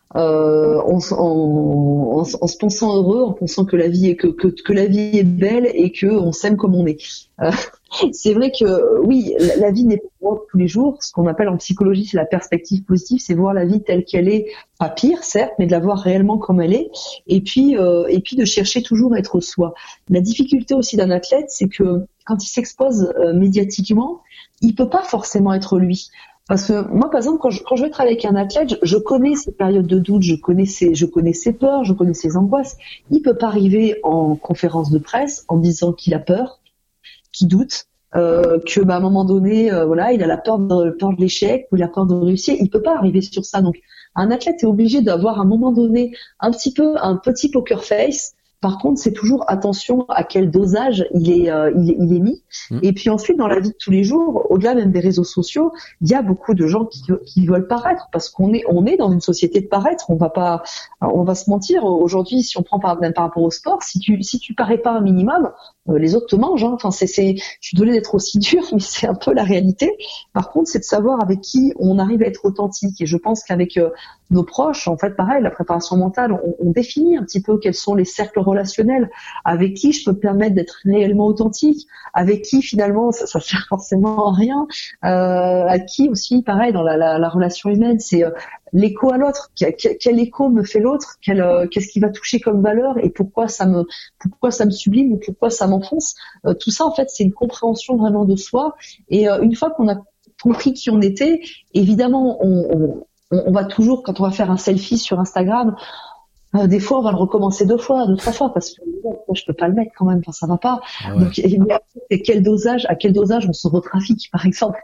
en se pensant heureux, en pensant que la vie est que la vie est belle et que on s'aime comme on est. C'est vrai que oui, la vie n'est pas morte tous les jours. Ce qu'on appelle en psychologie, c'est la perspective positive, c'est voir la vie telle qu'elle est, pas pire certes, mais de la voir réellement comme elle est. Et puis de chercher toujours à être soi. La difficulté aussi d'un athlète, c'est que quand il s'expose médiatiquement, il peut pas forcément être lui. Parce que moi, par exemple, quand je vais travailler avec un athlète, je connais ses périodes de doute, je connais ses peurs, je connais ses angoisses. Il peut pas arriver en conférence de presse en disant qu'il a peur, qu'il doute, que à un moment donné, voilà, il a la peur de l'échec ou il a peur de réussir. Il peut pas arriver sur ça. Donc, un athlète est obligé d'avoir à un moment donné un petit poker face. Par contre, c'est toujours attention à quel dosage il est mis. Et puis ensuite, dans la vie de tous les jours, au-delà même des réseaux sociaux, il y a beaucoup de gens qui veulent paraître parce qu'on est dans une société de paraître. On va se mentir. Aujourd'hui, si on prend même par rapport au sport, si tu parais pas un minimum, les autres te mangent. Hein. Enfin, je suis désolée d'être aussi dur, mais c'est un peu la réalité. Par contre, c'est de savoir avec qui on arrive à être authentique. Et je pense qu'avec nos proches, en fait, pareil, la préparation mentale, on définit un petit peu quels sont les cercles relationnels, avec qui je peux me permettre d'être réellement authentique, avec qui finalement ça sert forcément à rien, à qui aussi, pareil, dans la relation humaine, c'est l'écho à l'autre, quel écho me fait l'autre, qu'est-ce qui va toucher comme valeur et pourquoi ça me sublime ou pourquoi ça m'enfonce. Tout ça, en fait, c'est une compréhension vraiment de soi. Et une fois qu'on a compris qui on était, évidemment, on va toujours, quand on va faire un selfie sur Instagram, des fois on va le recommencer 2 fois, 2-3 fois parce que je peux pas le mettre quand même, enfin ça va pas. Ouais. Donc à quel dosage on se retrafique par exemple.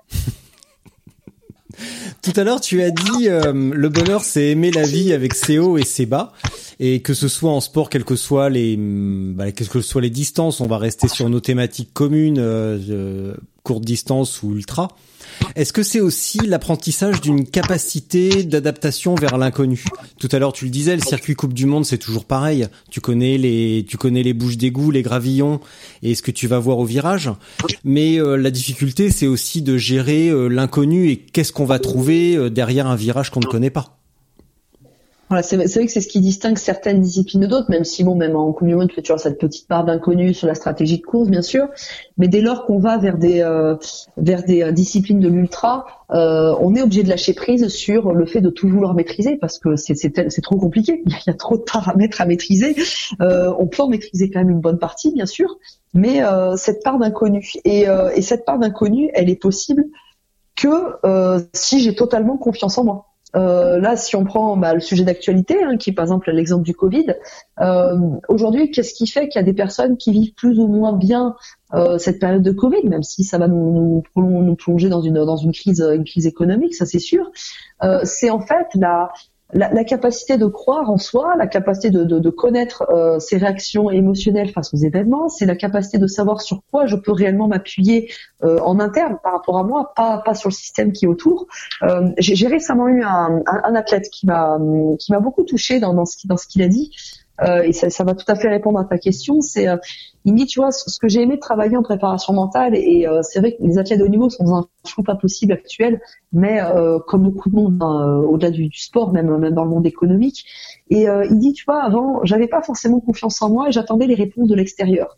Tout à l'heure, tu as dit le bonheur, c'est aimer la vie avec ses hauts et ses bas, et que ce soit en sport, quelles que soient les distances, on va rester sur nos thématiques communes, courte distance ou ultra. Est-ce que c'est aussi l'apprentissage d'une capacité d'adaptation vers l'inconnu? Tout à l'heure, tu le disais, le circuit Coupe du Monde, c'est toujours pareil. Tu connais les bouches d'égout, les gravillons et ce que tu vas voir au virage. Mais la difficulté, c'est aussi de gérer l'inconnu et qu'est-ce qu'on va trouver derrière un virage qu'on ne connaît pas. Voilà, c'est vrai que c'est ce qui distingue certaines disciplines d'autres, même si même en Coupe du Monde, tu fais toujours cette petite part d'inconnu sur la stratégie de course, bien sûr. Mais dès lors qu'on va vers des disciplines de l'ultra, on est obligé de lâcher prise sur le fait de tout vouloir maîtriser parce que c'est trop compliqué. Il y a trop de paramètres à maîtriser. On peut en maîtriser quand même une bonne partie, bien sûr, mais cette part d'inconnu et cette part d'inconnu, elle est possible que si j'ai totalement confiance en moi. Là, si on prend le sujet d'actualité, qui est par exemple l'exemple du Covid, aujourd'hui, qu'est-ce qui fait qu'il y a des personnes qui vivent plus ou moins bien cette période de Covid, même si ça va nous plonger dans une crise économique, ça c'est sûr. C'est en fait la capacité de croire en soi, la capacité de connaître ses réactions émotionnelles face aux événements, c'est la capacité de savoir sur quoi je peux réellement m'appuyer en interne par rapport à moi, pas sur le système qui est autour. J'ai récemment eu un athlète qui m'a beaucoup touchée dans ce qu'il a dit. Et ça va tout à fait répondre à ta question. Il me dit, tu vois, ce que j'ai aimé travailler en préparation mentale, et c'est vrai que les athlètes de haut niveau sont dans un flou pas possible actuel, mais comme beaucoup de monde, au-delà du sport, même dans le monde économique. Et il dit, tu vois, avant, j'avais pas forcément confiance en moi et j'attendais les réponses de l'extérieur.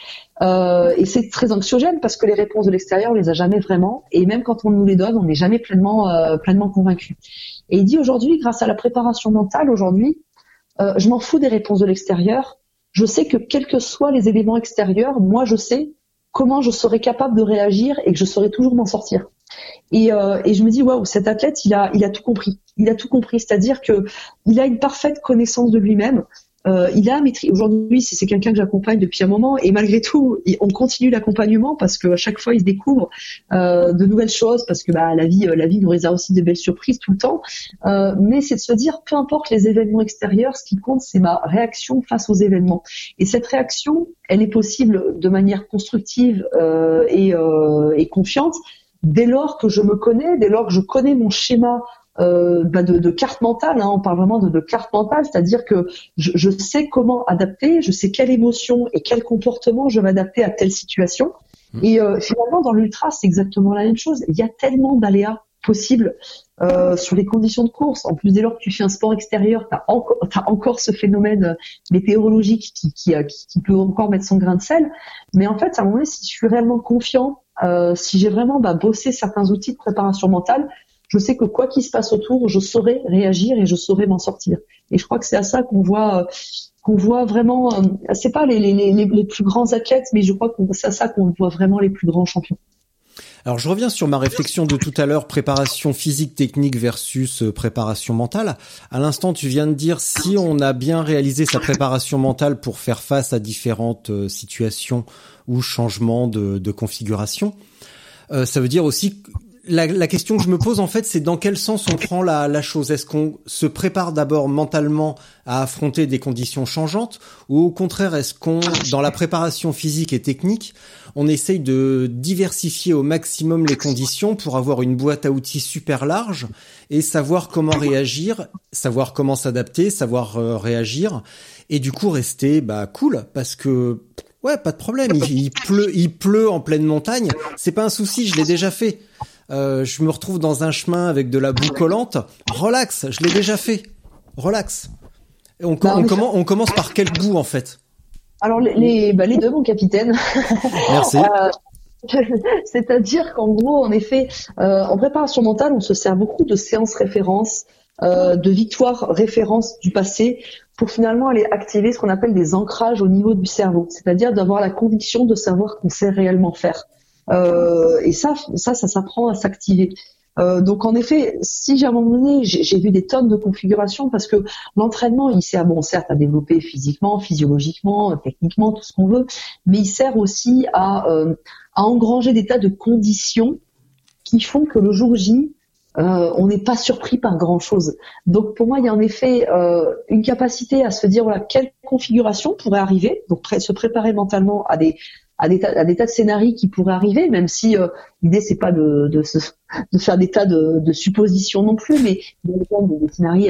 Et c'est très anxiogène parce que les réponses de l'extérieur, on les a jamais vraiment, et même quand on nous les donne, on n'est jamais pleinement convaincu. Et il dit aujourd'hui, grâce à la préparation mentale, je m'en fous des réponses de l'extérieur. Je sais que quels que soient les éléments extérieurs, moi je sais comment je serai capable de réagir et que je saurai toujours m'en sortir. Et je me dis waouh, cet athlète, il a tout compris. Il a tout compris, c'est-à-dire que il a une parfaite connaissance de lui-même. Il a maîtrisé. Aujourd'hui, c'est quelqu'un que j'accompagne depuis un moment, et malgré tout, on continue l'accompagnement parce que à chaque fois, il se découvre de nouvelles choses, parce que la vie nous réserve aussi de belles surprises tout le temps. Mais c'est de se dire, peu importe les événements extérieurs, ce qui compte, c'est ma réaction face aux événements. Et cette réaction, elle est possible de manière constructive et confiante dès lors que je me connais, dès lors que je connais mon schéma. De carte mentale, on parle vraiment de carte mentale, c'est-à-dire que je sais comment adapter, je sais quelle émotion et quel comportement je vais adapter à telle situation. Et finalement, dans l'ultra, c'est exactement la même chose. Il y a tellement d'aléas possible sur les conditions de course. En plus, dès lors que tu fais un sport extérieur, t'as encore ce phénomène météorologique qui peut encore mettre son grain de sel. Mais en fait, à un moment donné, si je suis réellement confiant, si j'ai vraiment bossé certains outils de préparation mentale, je sais que quoi qu'il se passe autour, je saurai réagir et je saurai m'en sortir. Et je crois que c'est à ça qu'on voit vraiment. C'est pas les plus grands athlètes, mais je crois que c'est à ça qu'on voit vraiment les plus grands champions. Alors je reviens sur ma réflexion de tout à l'heure, préparation physique technique versus préparation mentale. À l'instant, tu viens de dire si on a bien réalisé sa préparation mentale pour faire face à différentes situations ou changements de configuration, ça veut dire aussi la question que je me pose en fait, c'est dans quel sens on prend la chose. Est-ce qu'on se prépare d'abord mentalement à affronter des conditions changeantes, ou au contraire, est-ce qu'on, dans la préparation physique et technique, on essaye de diversifier au maximum les conditions pour avoir une boîte à outils super large et savoir comment réagir, savoir comment s'adapter, savoir réagir, et du coup rester cool, parce que ouais, pas de problème, il pleut en pleine montagne, c'est pas un souci, je l'ai déjà fait. Je me retrouve dans un chemin avec de la boue collante. Relax, je l'ai déjà fait. Relax. On commence par quelle boue en fait? Alors les deux, mon capitaine. Merci. C'est-à-dire qu'en gros, en effet, en préparation mentale, on se sert beaucoup de séances références, de victoires références du passé, pour finalement aller activer ce qu'on appelle des ancrages au niveau du cerveau. C'est-à-dire d'avoir la conviction de savoir qu'on sait réellement faire. Et ça s'apprend à s'activer. Donc en effet, si à un moment donné, j'ai vu des tonnes de configurations, parce que l'entraînement, il sert certes à développer physiquement, physiologiquement, techniquement, tout ce qu'on veut, mais il sert aussi à engranger des tas de conditions qui font que le jour J, on n'est pas surpris par grand chose. Donc pour moi, il y a en effet une capacité à se dire voilà, quelle configuration pourrait arriver, donc se préparer mentalement à des tas de scénarios qui pourraient arriver, même si l'idée c'est pas de faire des tas de suppositions non plus, mais des scénarios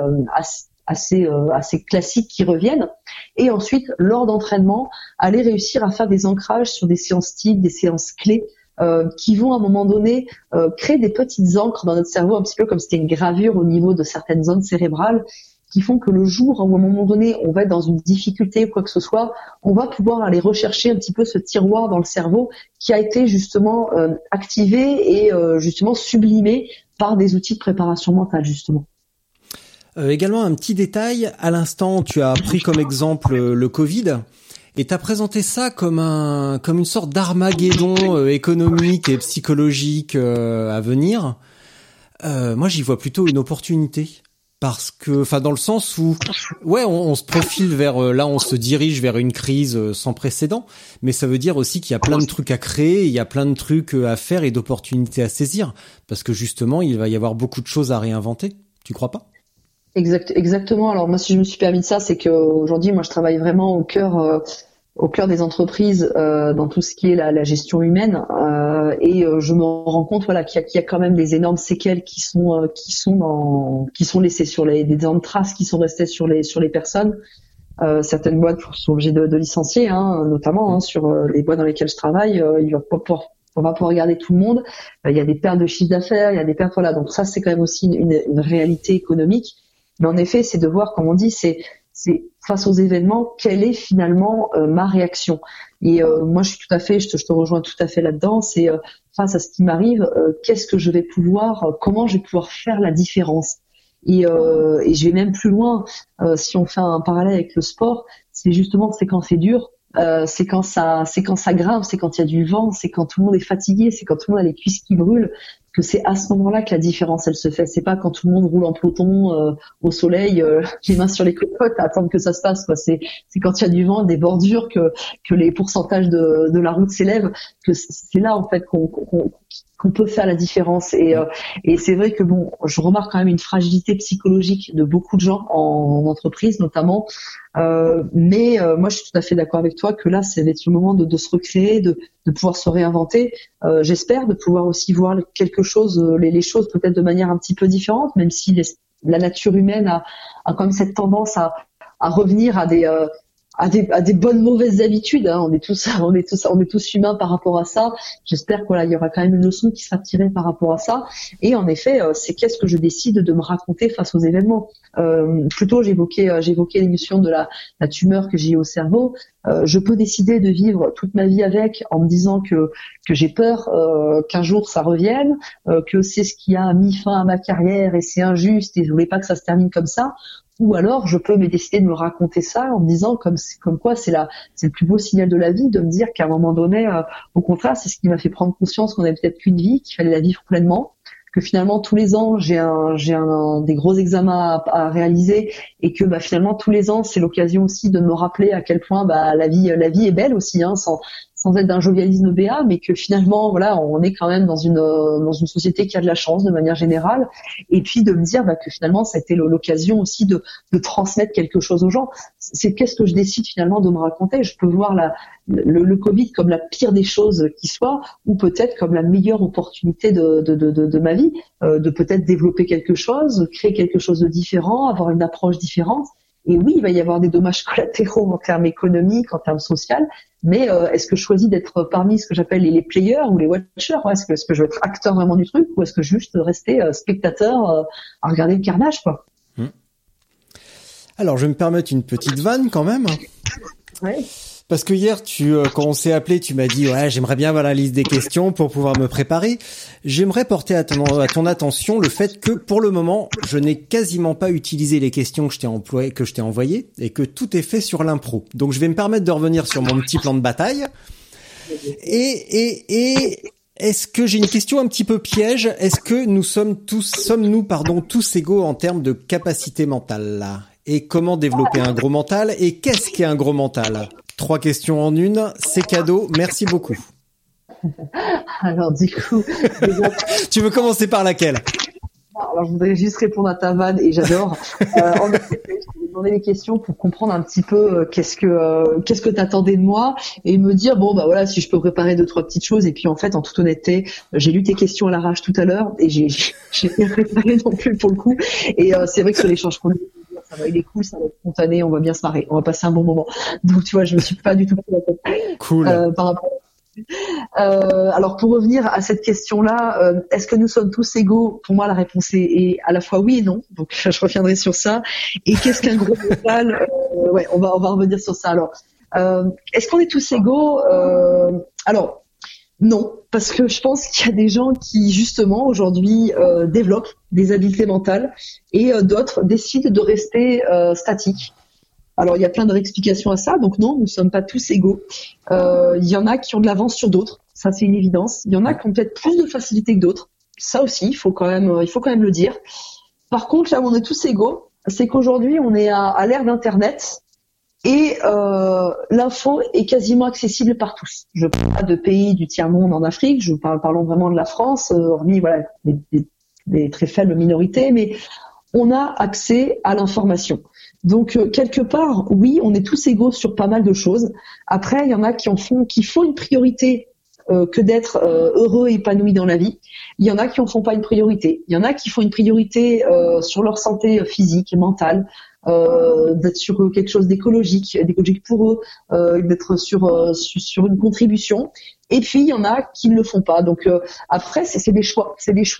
assez classiques qui reviennent. Et ensuite, lors d'entraînement, aller réussir à faire des ancrages sur des séances types, des séances clés, qui vont à un moment donné créer des petites encres dans notre cerveau, un petit peu comme si c'était une gravure au niveau de certaines zones cérébrales, qui font que le jour où à un moment donné on va être dans une difficulté ou quoi que ce soit, on va pouvoir aller rechercher un petit peu ce tiroir dans le cerveau qui a été justement activé et justement sublimé par des outils de préparation mentale justement. Également un petit détail, à l'instant tu as pris comme exemple le Covid et t'as présenté ça comme une sorte d'armageddon économique et psychologique à venir. Moi j'y vois plutôt une opportunité. Parce que, dans le sens où, ouais, on se profile on se dirige vers une crise sans précédent, mais ça veut dire aussi qu'il y a plein de trucs à créer, il y a plein de trucs à faire et d'opportunités à saisir, parce que justement, il va y avoir beaucoup de choses à réinventer. Tu crois pas? Exactement. Alors moi, si je me suis permis de ça, c'est que aujourd'hui, moi, je travaille vraiment au cœur des entreprises dans tout ce qui est la gestion humaine et je me rends compte qu'il y a quand même des énormes séquelles qui sont laissées sur des énormes traces qui sont restées sur les personnes. Certaines boîtes sont obligées de licencier, notamment sur les boîtes dans lesquelles je travaille. On va pouvoir regarder tout le monde. Il y a des pertes de chiffre d'affaires, il y a des pertes, voilà. Donc ça, c'est quand même aussi une réalité économique. Mais en effet, c'est de voir, comme on dit, c'est face aux événements, quelle est finalement ma réaction. Et moi, je te rejoins tout à fait là-dedans. C'est face à ce qui m'arrive, comment je vais pouvoir faire la différence. Et je vais même plus loin. Si on fait un parallèle avec le sport, c'est quand c'est dur. C'est quand ça grimpe, c'est quand il y a du vent, c'est quand tout le monde est fatigué, c'est quand tout le monde a les cuisses qui brûlent, que c'est à ce moment-là que la différence elle se fait. C'est pas quand tout le monde roule en peloton au soleil, les mains sur les cocottes à attendre que ça se passe, quoi. C'est quand il y a du vent, des bordures, que les pourcentages de la route s'élèvent, que c'est là en fait qu'on peut faire la différence. Et c'est vrai que je remarque quand même une fragilité psychologique de beaucoup de gens en entreprise notamment. Mais moi je suis tout à fait d'accord avec toi que là ça va être le moment de se recréer, de pouvoir se réinventer. J'espère de pouvoir aussi voir quelque chose, les choses peut-être de manière un petit peu différente, même si la nature humaine a quand même cette tendance à revenir à des bonnes mauvaises habitudes. Hein. On est tous humains par rapport à ça. J'espère qu'il y aura quand même une leçon qui sera tirée par rapport à ça. Et en effet, c'est qu'est-ce que je décide de me raconter face aux événements. Plus tôt, j'évoquais l'émission de la tumeur que j'ai au cerveau. Je peux décider de vivre toute ma vie avec, en me disant que j'ai peur qu'un jour ça revienne, que c'est ce qui a mis fin à ma carrière et c'est injuste et je voulais pas que ça se termine comme ça. Ou alors, je peux me décider de me raconter ça en me disant comme quoi c'est le plus beau signal de la vie, de me dire qu'à un moment donné, au contraire, c'est ce qui m'a fait prendre conscience qu'on avait peut-être qu'une vie, qu'il fallait la vivre pleinement, que finalement tous les ans j'ai des gros examens à réaliser et que finalement tous les ans c'est l'occasion aussi de me rappeler à quel point la vie est belle aussi, hein, sans être d'un jovialisme béat, mais que finalement voilà, on est quand même dans une société qui a de la chance de manière générale, et puis de me dire que finalement ça a été l'occasion aussi de transmettre quelque chose aux gens. C'est qu'est-ce que je décide finalement de me raconter. Je peux voir le Covid comme la pire des choses qui soit, ou peut-être comme la meilleure opportunité de ma vie, de peut-être développer quelque chose, créer quelque chose de différent, avoir une approche différente. Et oui, il va y avoir des dommages collatéraux en termes économiques, en termes sociaux, mais est-ce que je choisis d'être parmi ce que j'appelle les players ou les watchers? Est-ce que je veux être acteur vraiment du truc, ou est-ce que juste rester spectateur à regarder le carnage, quoi? Alors, je vais me permettre une petite vanne quand même. Ouais. Parce que hier, quand on s'est appelé, tu m'as dit ouais, j'aimerais bien avoir la liste des questions pour pouvoir me préparer. J'aimerais porter à ton attention le fait que pour le moment, je n'ai quasiment pas utilisé les questions que je t'ai envoyées et que tout est fait sur l'impro. Donc je vais me permettre de revenir sur mon petit plan de bataille. Et est-ce que j'ai une question un petit peu piège? Est-ce que sommes-nous tous égaux en termes de capacité mentale là? Et comment développer un gros mental? Et qu'est-ce qu'est un gros mental? 3 questions en une, c'est cadeau, merci beaucoup. Alors du coup... Tu veux commencer par laquelle? Alors je voudrais juste répondre à ta vanne, et j'adore. En effet, je vais demander les questions pour comprendre un petit peu qu'est-ce que t'attendais de moi, et me dire voilà, si je peux préparer 2-3 petites choses. Et puis en fait, en toute honnêteté, j'ai lu tes questions à l'arrache tout à l'heure et j'ai rien préparé non plus pour le coup. Et c'est vrai que sur l'échange qu'on ça va, il est cool, ça va être spontané, on va bien se marrer, on va passer un bon moment. Donc tu vois, je me suis pas du tout pris la tête. Cool. Par rapport. Alors pour revenir à cette question-là, est-ce que nous sommes tous égaux? Pour moi, la réponse est à la fois oui et non. Donc je reviendrai sur ça. Et qu'est-ce qu'un gros mental? Ouais, on va revenir sur ça. Alors, est-ce qu'on est tous égaux? Alors non, parce que je pense qu'il y a des gens qui justement aujourd'hui développent des habiletés mentales et d'autres décident de rester statiques. Alors il y a plein de réexplications à ça, donc non, nous ne sommes pas tous égaux. Il y en a qui ont de l'avance sur d'autres, ça c'est une évidence. Il y en a qui ont peut-être plus de facilité que d'autres, ça aussi, il faut quand même le dire. Par contre, là où on est tous égaux, c'est qu'aujourd'hui on est à l'ère d'Internet. Et l'info est quasiment accessible par tous. Je parle pas de pays du tiers-monde en Afrique, parlons vraiment de la France, hormis voilà des très faibles minorités, mais on a accès à l'information. Donc quelque part, oui, on est tous égaux sur pas mal de choses. Après, il y en a qui font une priorité que d'être heureux et épanoui dans la vie. Il y en a qui en font pas une priorité. Il y en a qui font une priorité sur leur santé physique et mentale. D'être sur quelque chose d'écologique pour eux, d'être sur une contribution. Et puis il y en a qui ne le font pas. Donc après c'est des choix.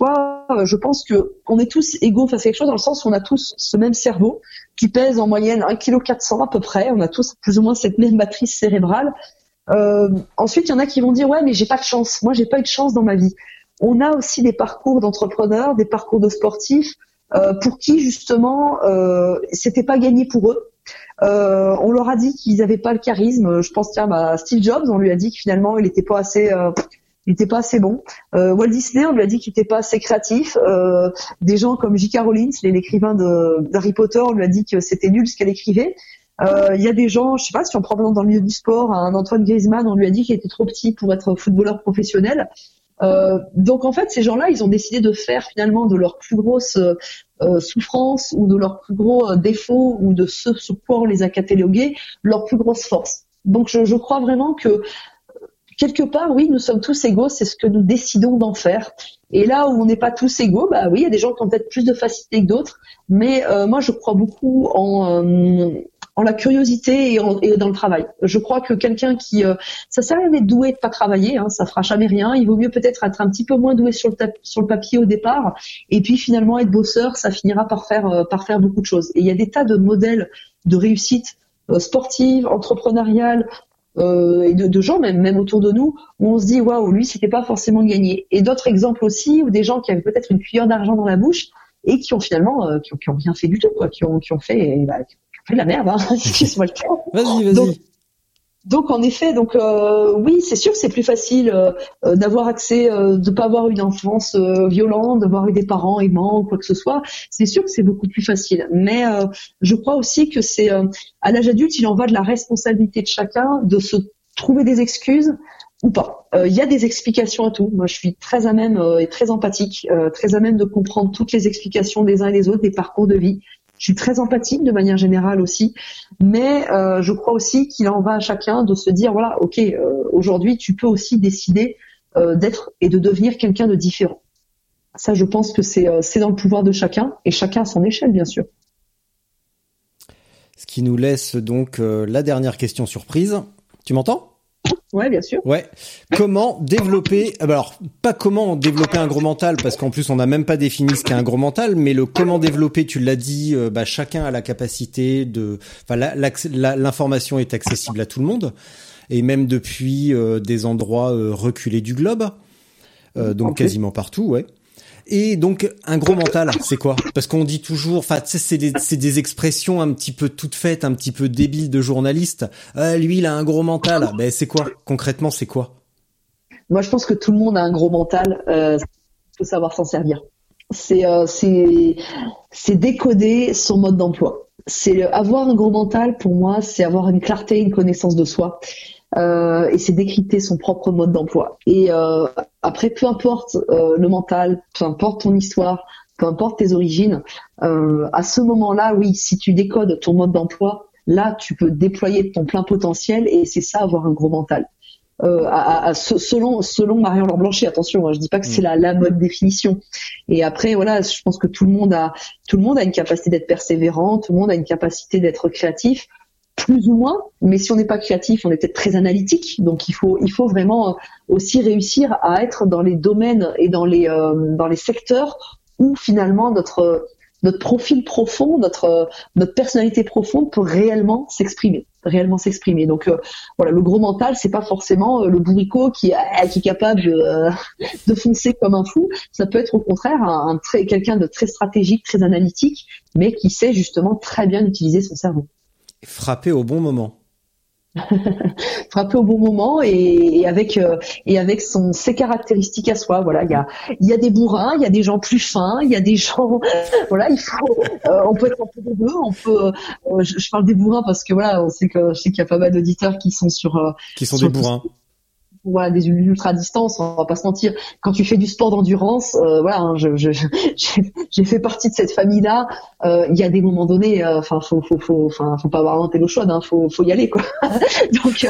Je pense que on est tous égaux face à quelque chose, dans le sens où on a tous ce même cerveau qui pèse en moyenne 1,4 kg à peu près. On a tous plus ou moins cette même matrice cérébrale. Ensuite il y en a qui vont dire ouais, mais j'ai pas de chance. Moi j'ai pas eu de chance dans ma vie. On a aussi des parcours d'entrepreneurs, des parcours de sportifs. Pour qui justement c'était pas gagné pour eux. On leur a dit qu'ils n'avaient pas le charisme. Je pense à Steve Jobs, on lui a dit que finalement il était pas assez bon. Walt Disney, on lui a dit qu'il était pas assez créatif. Des gens comme J.K. Rowling, l'écrivain d'Harry Potter, on lui a dit que c'était nul ce qu'elle écrivait. Il y a des gens, je sais pas si on prend dans le milieu du sport, un Antoine Griezmann, on lui a dit qu'il était trop petit pour être footballeur professionnel. Donc en fait, ces gens-là, ils ont décidé de faire finalement de leur plus grosse souffrance ou de leur plus gros défaut ou de ce sur quoi on les a catalogués, leur plus grosse force. Donc je crois vraiment que quelque part, oui, nous sommes tous égaux, c'est ce que nous décidons d'en faire. Et là où on n'est pas tous égaux, oui, il y a des gens qui ont peut-être plus de facilité que d'autres, mais moi je crois beaucoup en la curiosité et dans le travail. Je crois que quelqu'un qui ça sert à rien d'être doué de pas travailler, hein, ça fera jamais rien. Il vaut mieux peut-être être un petit peu moins doué sur le papier au départ, et puis finalement être bosseur, ça finira par faire beaucoup de choses. Et il y a des tas de modèles de réussite sportive, entrepreneuriale, et de gens même autour de nous, où on se dit waouh, lui c'était pas forcément gagné. Et d'autres exemples aussi où des gens qui avaient peut-être une cuillère d'argent dans la bouche et qui ont finalement qui ont rien fait du tout, quoi, qui ont fait de la merde, hein, excuse-moi le terme. Vas-y. Donc en effet, oui, c'est sûr que c'est plus facile d'avoir accès, de pas avoir une enfance violente, d'avoir eu des parents aimants ou quoi que ce soit. C'est sûr que c'est beaucoup plus facile. Mais je crois aussi que c'est à l'âge adulte, il en va de la responsabilité de chacun de se trouver des excuses ou pas. Il y a des explications à tout. Moi, je suis très à même et très empathique, très à même de comprendre toutes les explications des uns et des autres, des parcours de vie. Je suis très empathique de manière générale aussi, mais je crois aussi qu'il en va à chacun de se dire voilà, ok, aujourd'hui tu peux aussi décider d'être et de devenir quelqu'un de différent. Ça, je pense que c'est dans le pouvoir de chacun et chacun à son échelle, bien sûr. Ce qui nous laisse donc la dernière question surprise. Tu m'entends ? Ouais, bien sûr. Ouais. Comment développer, alors, pas comment développer un gros mental, parce qu'en plus, on n'a même pas défini ce qu'est un gros mental, mais le comment développer, tu l'as dit, chacun a la capacité l'information est accessible à tout le monde, et même depuis des endroits reculés du globe, donc quasiment partout, ouais. Et donc, un gros mental, c'est quoi ? Parce qu'on dit toujours, enfin, tu sais, c'est des expressions un petit peu toutes faites, un petit peu débiles de journalistes. Lui, il a un gros mental. Ben, c'est quoi ? Concrètement, c'est quoi ? Moi, je pense que tout le monde a un gros mental. Faut savoir s'en servir. C'est décoder son mode d'emploi. Avoir un gros mental, pour moi, c'est avoir une clarté, une connaissance de soi. Et c'est décrypter son propre mode d'emploi. Et après, peu importe le mental, peu importe ton histoire, peu importe tes origines, à ce moment-là, oui, si tu décodes ton mode d'emploi, là, tu peux déployer ton plein potentiel, et c'est ça, avoir un gros mental. Selon Marion Blanchet, attention, hein, je dis pas que c'est la mode définition. Et après, voilà, je pense que tout le monde a une capacité d'être persévérant, tout le monde a une capacité d'être créatif. Plus ou moins, mais si on n'est pas créatif, on est peut-être très analytique. Donc il faut vraiment aussi réussir à être dans les domaines et dans les secteurs où finalement notre profil profond, notre personnalité profonde peut réellement s'exprimer. Donc voilà, le gros mental, c'est pas forcément le bourricot qui est capable de foncer comme un fou. Ça peut être au contraire quelqu'un de très stratégique, très analytique, mais qui sait justement très bien utiliser son cerveau. Frapper au bon moment. Frapper au bon moment et avec ses caractéristiques à soi. Voilà, il y a des bourrins, il y a des gens plus fins, il y a des gens voilà, on peut être un peu des deux, je parle des bourrins parce que voilà, je sais qu'il y a pas mal d'auditeurs qui sont des bourrins. Voilà, des ultra distances, on va pas se mentir. Quand tu fais du sport d'endurance, voilà, hein, j'ai fait partie de cette famille-là. Il y a des moments donnés, faut pas avoir inventé l'eau chaude, hein, faut y aller, quoi. Donc,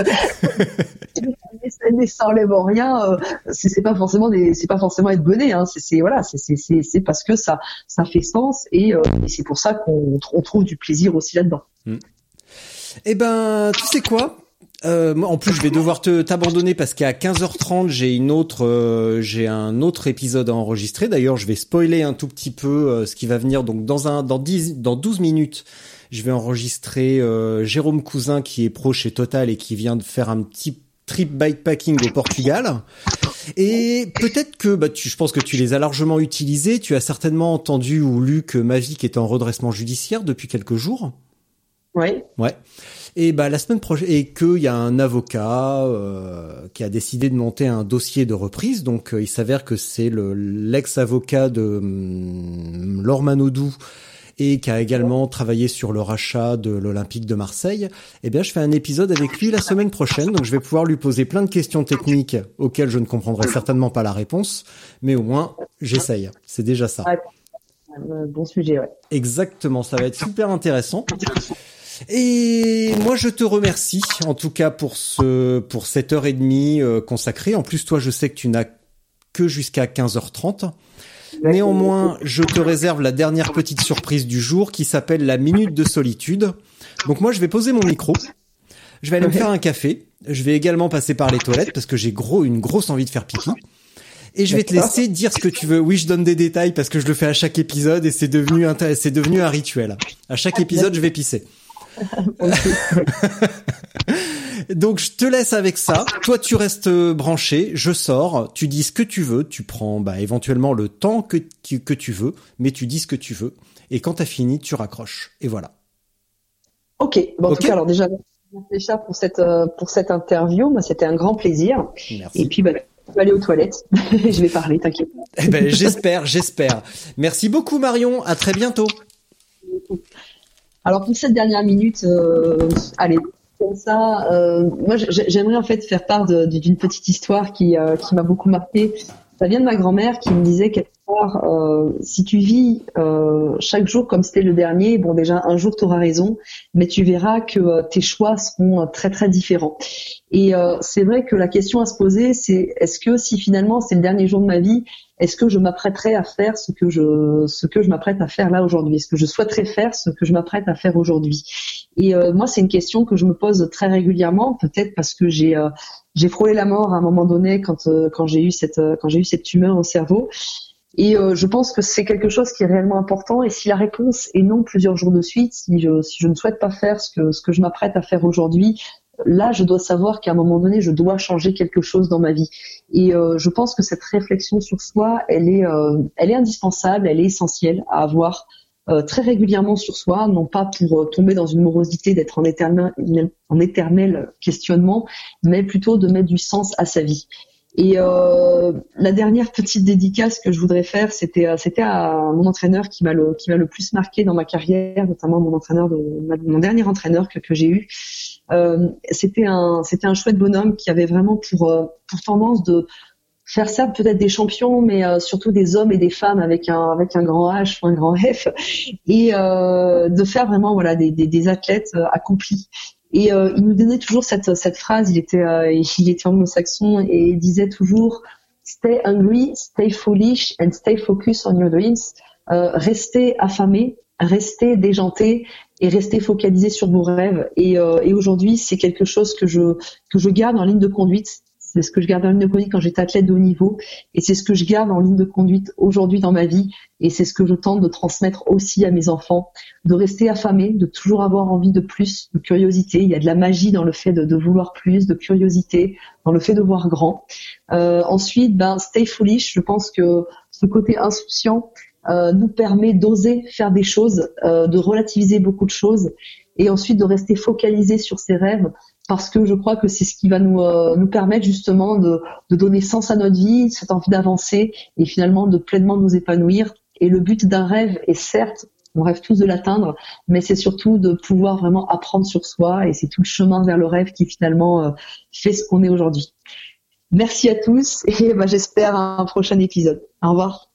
mais ça enlève en rien. C'est pas forcément être bené, hein. C'est parce que ça fait sens et c'est pour ça qu'on trouve du plaisir aussi là-dedans. Eh ben, tu sais quoi? En plus, je vais devoir t'abandonner parce qu'à 15h30, j'ai un autre épisode à enregistrer. D'ailleurs, je vais spoiler un tout petit peu ce qui va venir. Donc, dans 12 minutes, je vais enregistrer Jérôme Cousin, qui est pro chez Total et qui vient de faire un petit trip bikepacking au Portugal. Et peut-être que, je pense que tu les as largement utilisés. Tu as certainement entendu ou lu que Mavic est en redressement judiciaire depuis quelques jours. Oui. Ouais. Et la semaine prochaine, et qu'il y a un avocat qui a décidé de monter un dossier de reprise. Donc il s'avère que c'est l'ex-avocat de Laure Manodou et qui a également travaillé sur le rachat de l'Olympique de Marseille. Eh bien, je fais un épisode avec lui la semaine prochaine, donc je vais pouvoir lui poser plein de questions techniques auxquelles je ne comprendrai certainement pas la réponse, mais au moins j'essaye. C'est déjà ça. Bon sujet, ouais. Exactement, ça va être super intéressant. Et moi, je te remercie, en tout cas, pour cette heure et demie consacrée. En plus, toi, je sais que tu n'as que jusqu'à 15h30. Néanmoins, je te réserve la dernière petite surprise du jour qui s'appelle la minute de solitude. Donc moi, je vais poser mon micro. Je vais aller me faire un café. Je vais également passer par les toilettes parce que j'ai une grosse envie de faire pipi. Et je vais te laisser dire ce que tu veux. Oui, je donne des détails parce que je le fais à chaque épisode et c'est devenu un rituel. À chaque épisode, je vais pisser. Donc je te laisse avec ça. Toi tu restes branché, je sors, tu dis ce que tu veux, tu prends éventuellement le temps que tu veux, mais tu dis ce que tu veux et quand t'as fini, tu raccroches. Et voilà. Ok. Bon, en tout cas, alors déjà merci pour cette interview, moi c'était un grand plaisir. Merci. Et puis je vais aller aux toilettes. Je vais parler, t'inquiète. Eh ben j'espère. Merci beaucoup Marion, à très bientôt. Alors pour cette dernière minute, allez, comme ça, moi j'aimerais en fait faire part d'une petite histoire qui m'a beaucoup marquée. Ça vient de ma grand-mère qui me disait quelque part, si tu vis chaque jour comme c'était le dernier, bon déjà un jour tu auras raison, mais tu verras que tes choix seront très très différents. Et c'est vrai que la question à se poser, c'est est-ce que si finalement c'est le dernier jour de ma vie, est-ce que je m'apprêterais à faire ce que je m'apprête à faire là aujourd'hui? Est-ce que je souhaiterais faire ce que je m'apprête à faire aujourd'hui? Et moi, c'est une question que je me pose très régulièrement, peut-être parce que j'ai frôlé la mort à un moment donné quand j'ai eu cette tumeur au cerveau. Et je pense que c'est quelque chose qui est réellement important. Et si la réponse est non plusieurs jours de suite, si je ne souhaite pas faire ce que je m'apprête à faire aujourd'hui, là, je dois savoir qu'à un moment donné, je dois changer quelque chose dans ma vie. Et je pense que cette réflexion sur soi, elle est indispensable, elle est essentielle à avoir très régulièrement sur soi, non pas pour tomber dans une morosité, d'être en éternel questionnement, mais plutôt de mettre du sens à sa vie. Et la dernière petite dédicace que je voudrais faire, c'était à mon entraîneur qui m'a le plus marqué dans ma carrière, notamment mon dernier entraîneur que j'ai eu. C'était un chouette bonhomme qui avait vraiment pour tendance de faire ça peut-être des champions, mais surtout des hommes et des femmes avec un grand H ou un grand F, et de faire vraiment des athlètes accomplis. Et il nous donnait toujours cette phrase. Il était anglo-saxon et il disait toujours "Stay hungry, stay foolish and stay focused on your dreams." Restez affamés, restez déjantés et restez focalisés sur vos rêves. Et aujourd'hui, c'est quelque chose que je garde en ligne de conduite. C'est ce que je garde en ligne de conduite quand j'étais athlète de haut niveau, et c'est ce que je garde en ligne de conduite aujourd'hui dans ma vie, et c'est ce que je tente de transmettre aussi à mes enfants, de rester affamé, de toujours avoir envie de plus, de curiosité. Il y a de la magie dans le fait de vouloir plus, de curiosité, dans le fait de voir grand. Ensuite, stay foolish. Je pense que ce côté insouciant nous permet d'oser faire des choses, de relativiser beaucoup de choses, et ensuite de rester focalisé sur ses rêves, parce que je crois que c'est ce qui va nous permettre justement de donner sens à notre vie, cette envie d'avancer et finalement de pleinement nous épanouir. Et le but d'un rêve est certes, on rêve tous de l'atteindre, mais c'est surtout de pouvoir vraiment apprendre sur soi, et c'est tout le chemin vers le rêve qui finalement fait ce qu'on est aujourd'hui. Merci à tous, et j'espère à un prochain épisode. Au revoir.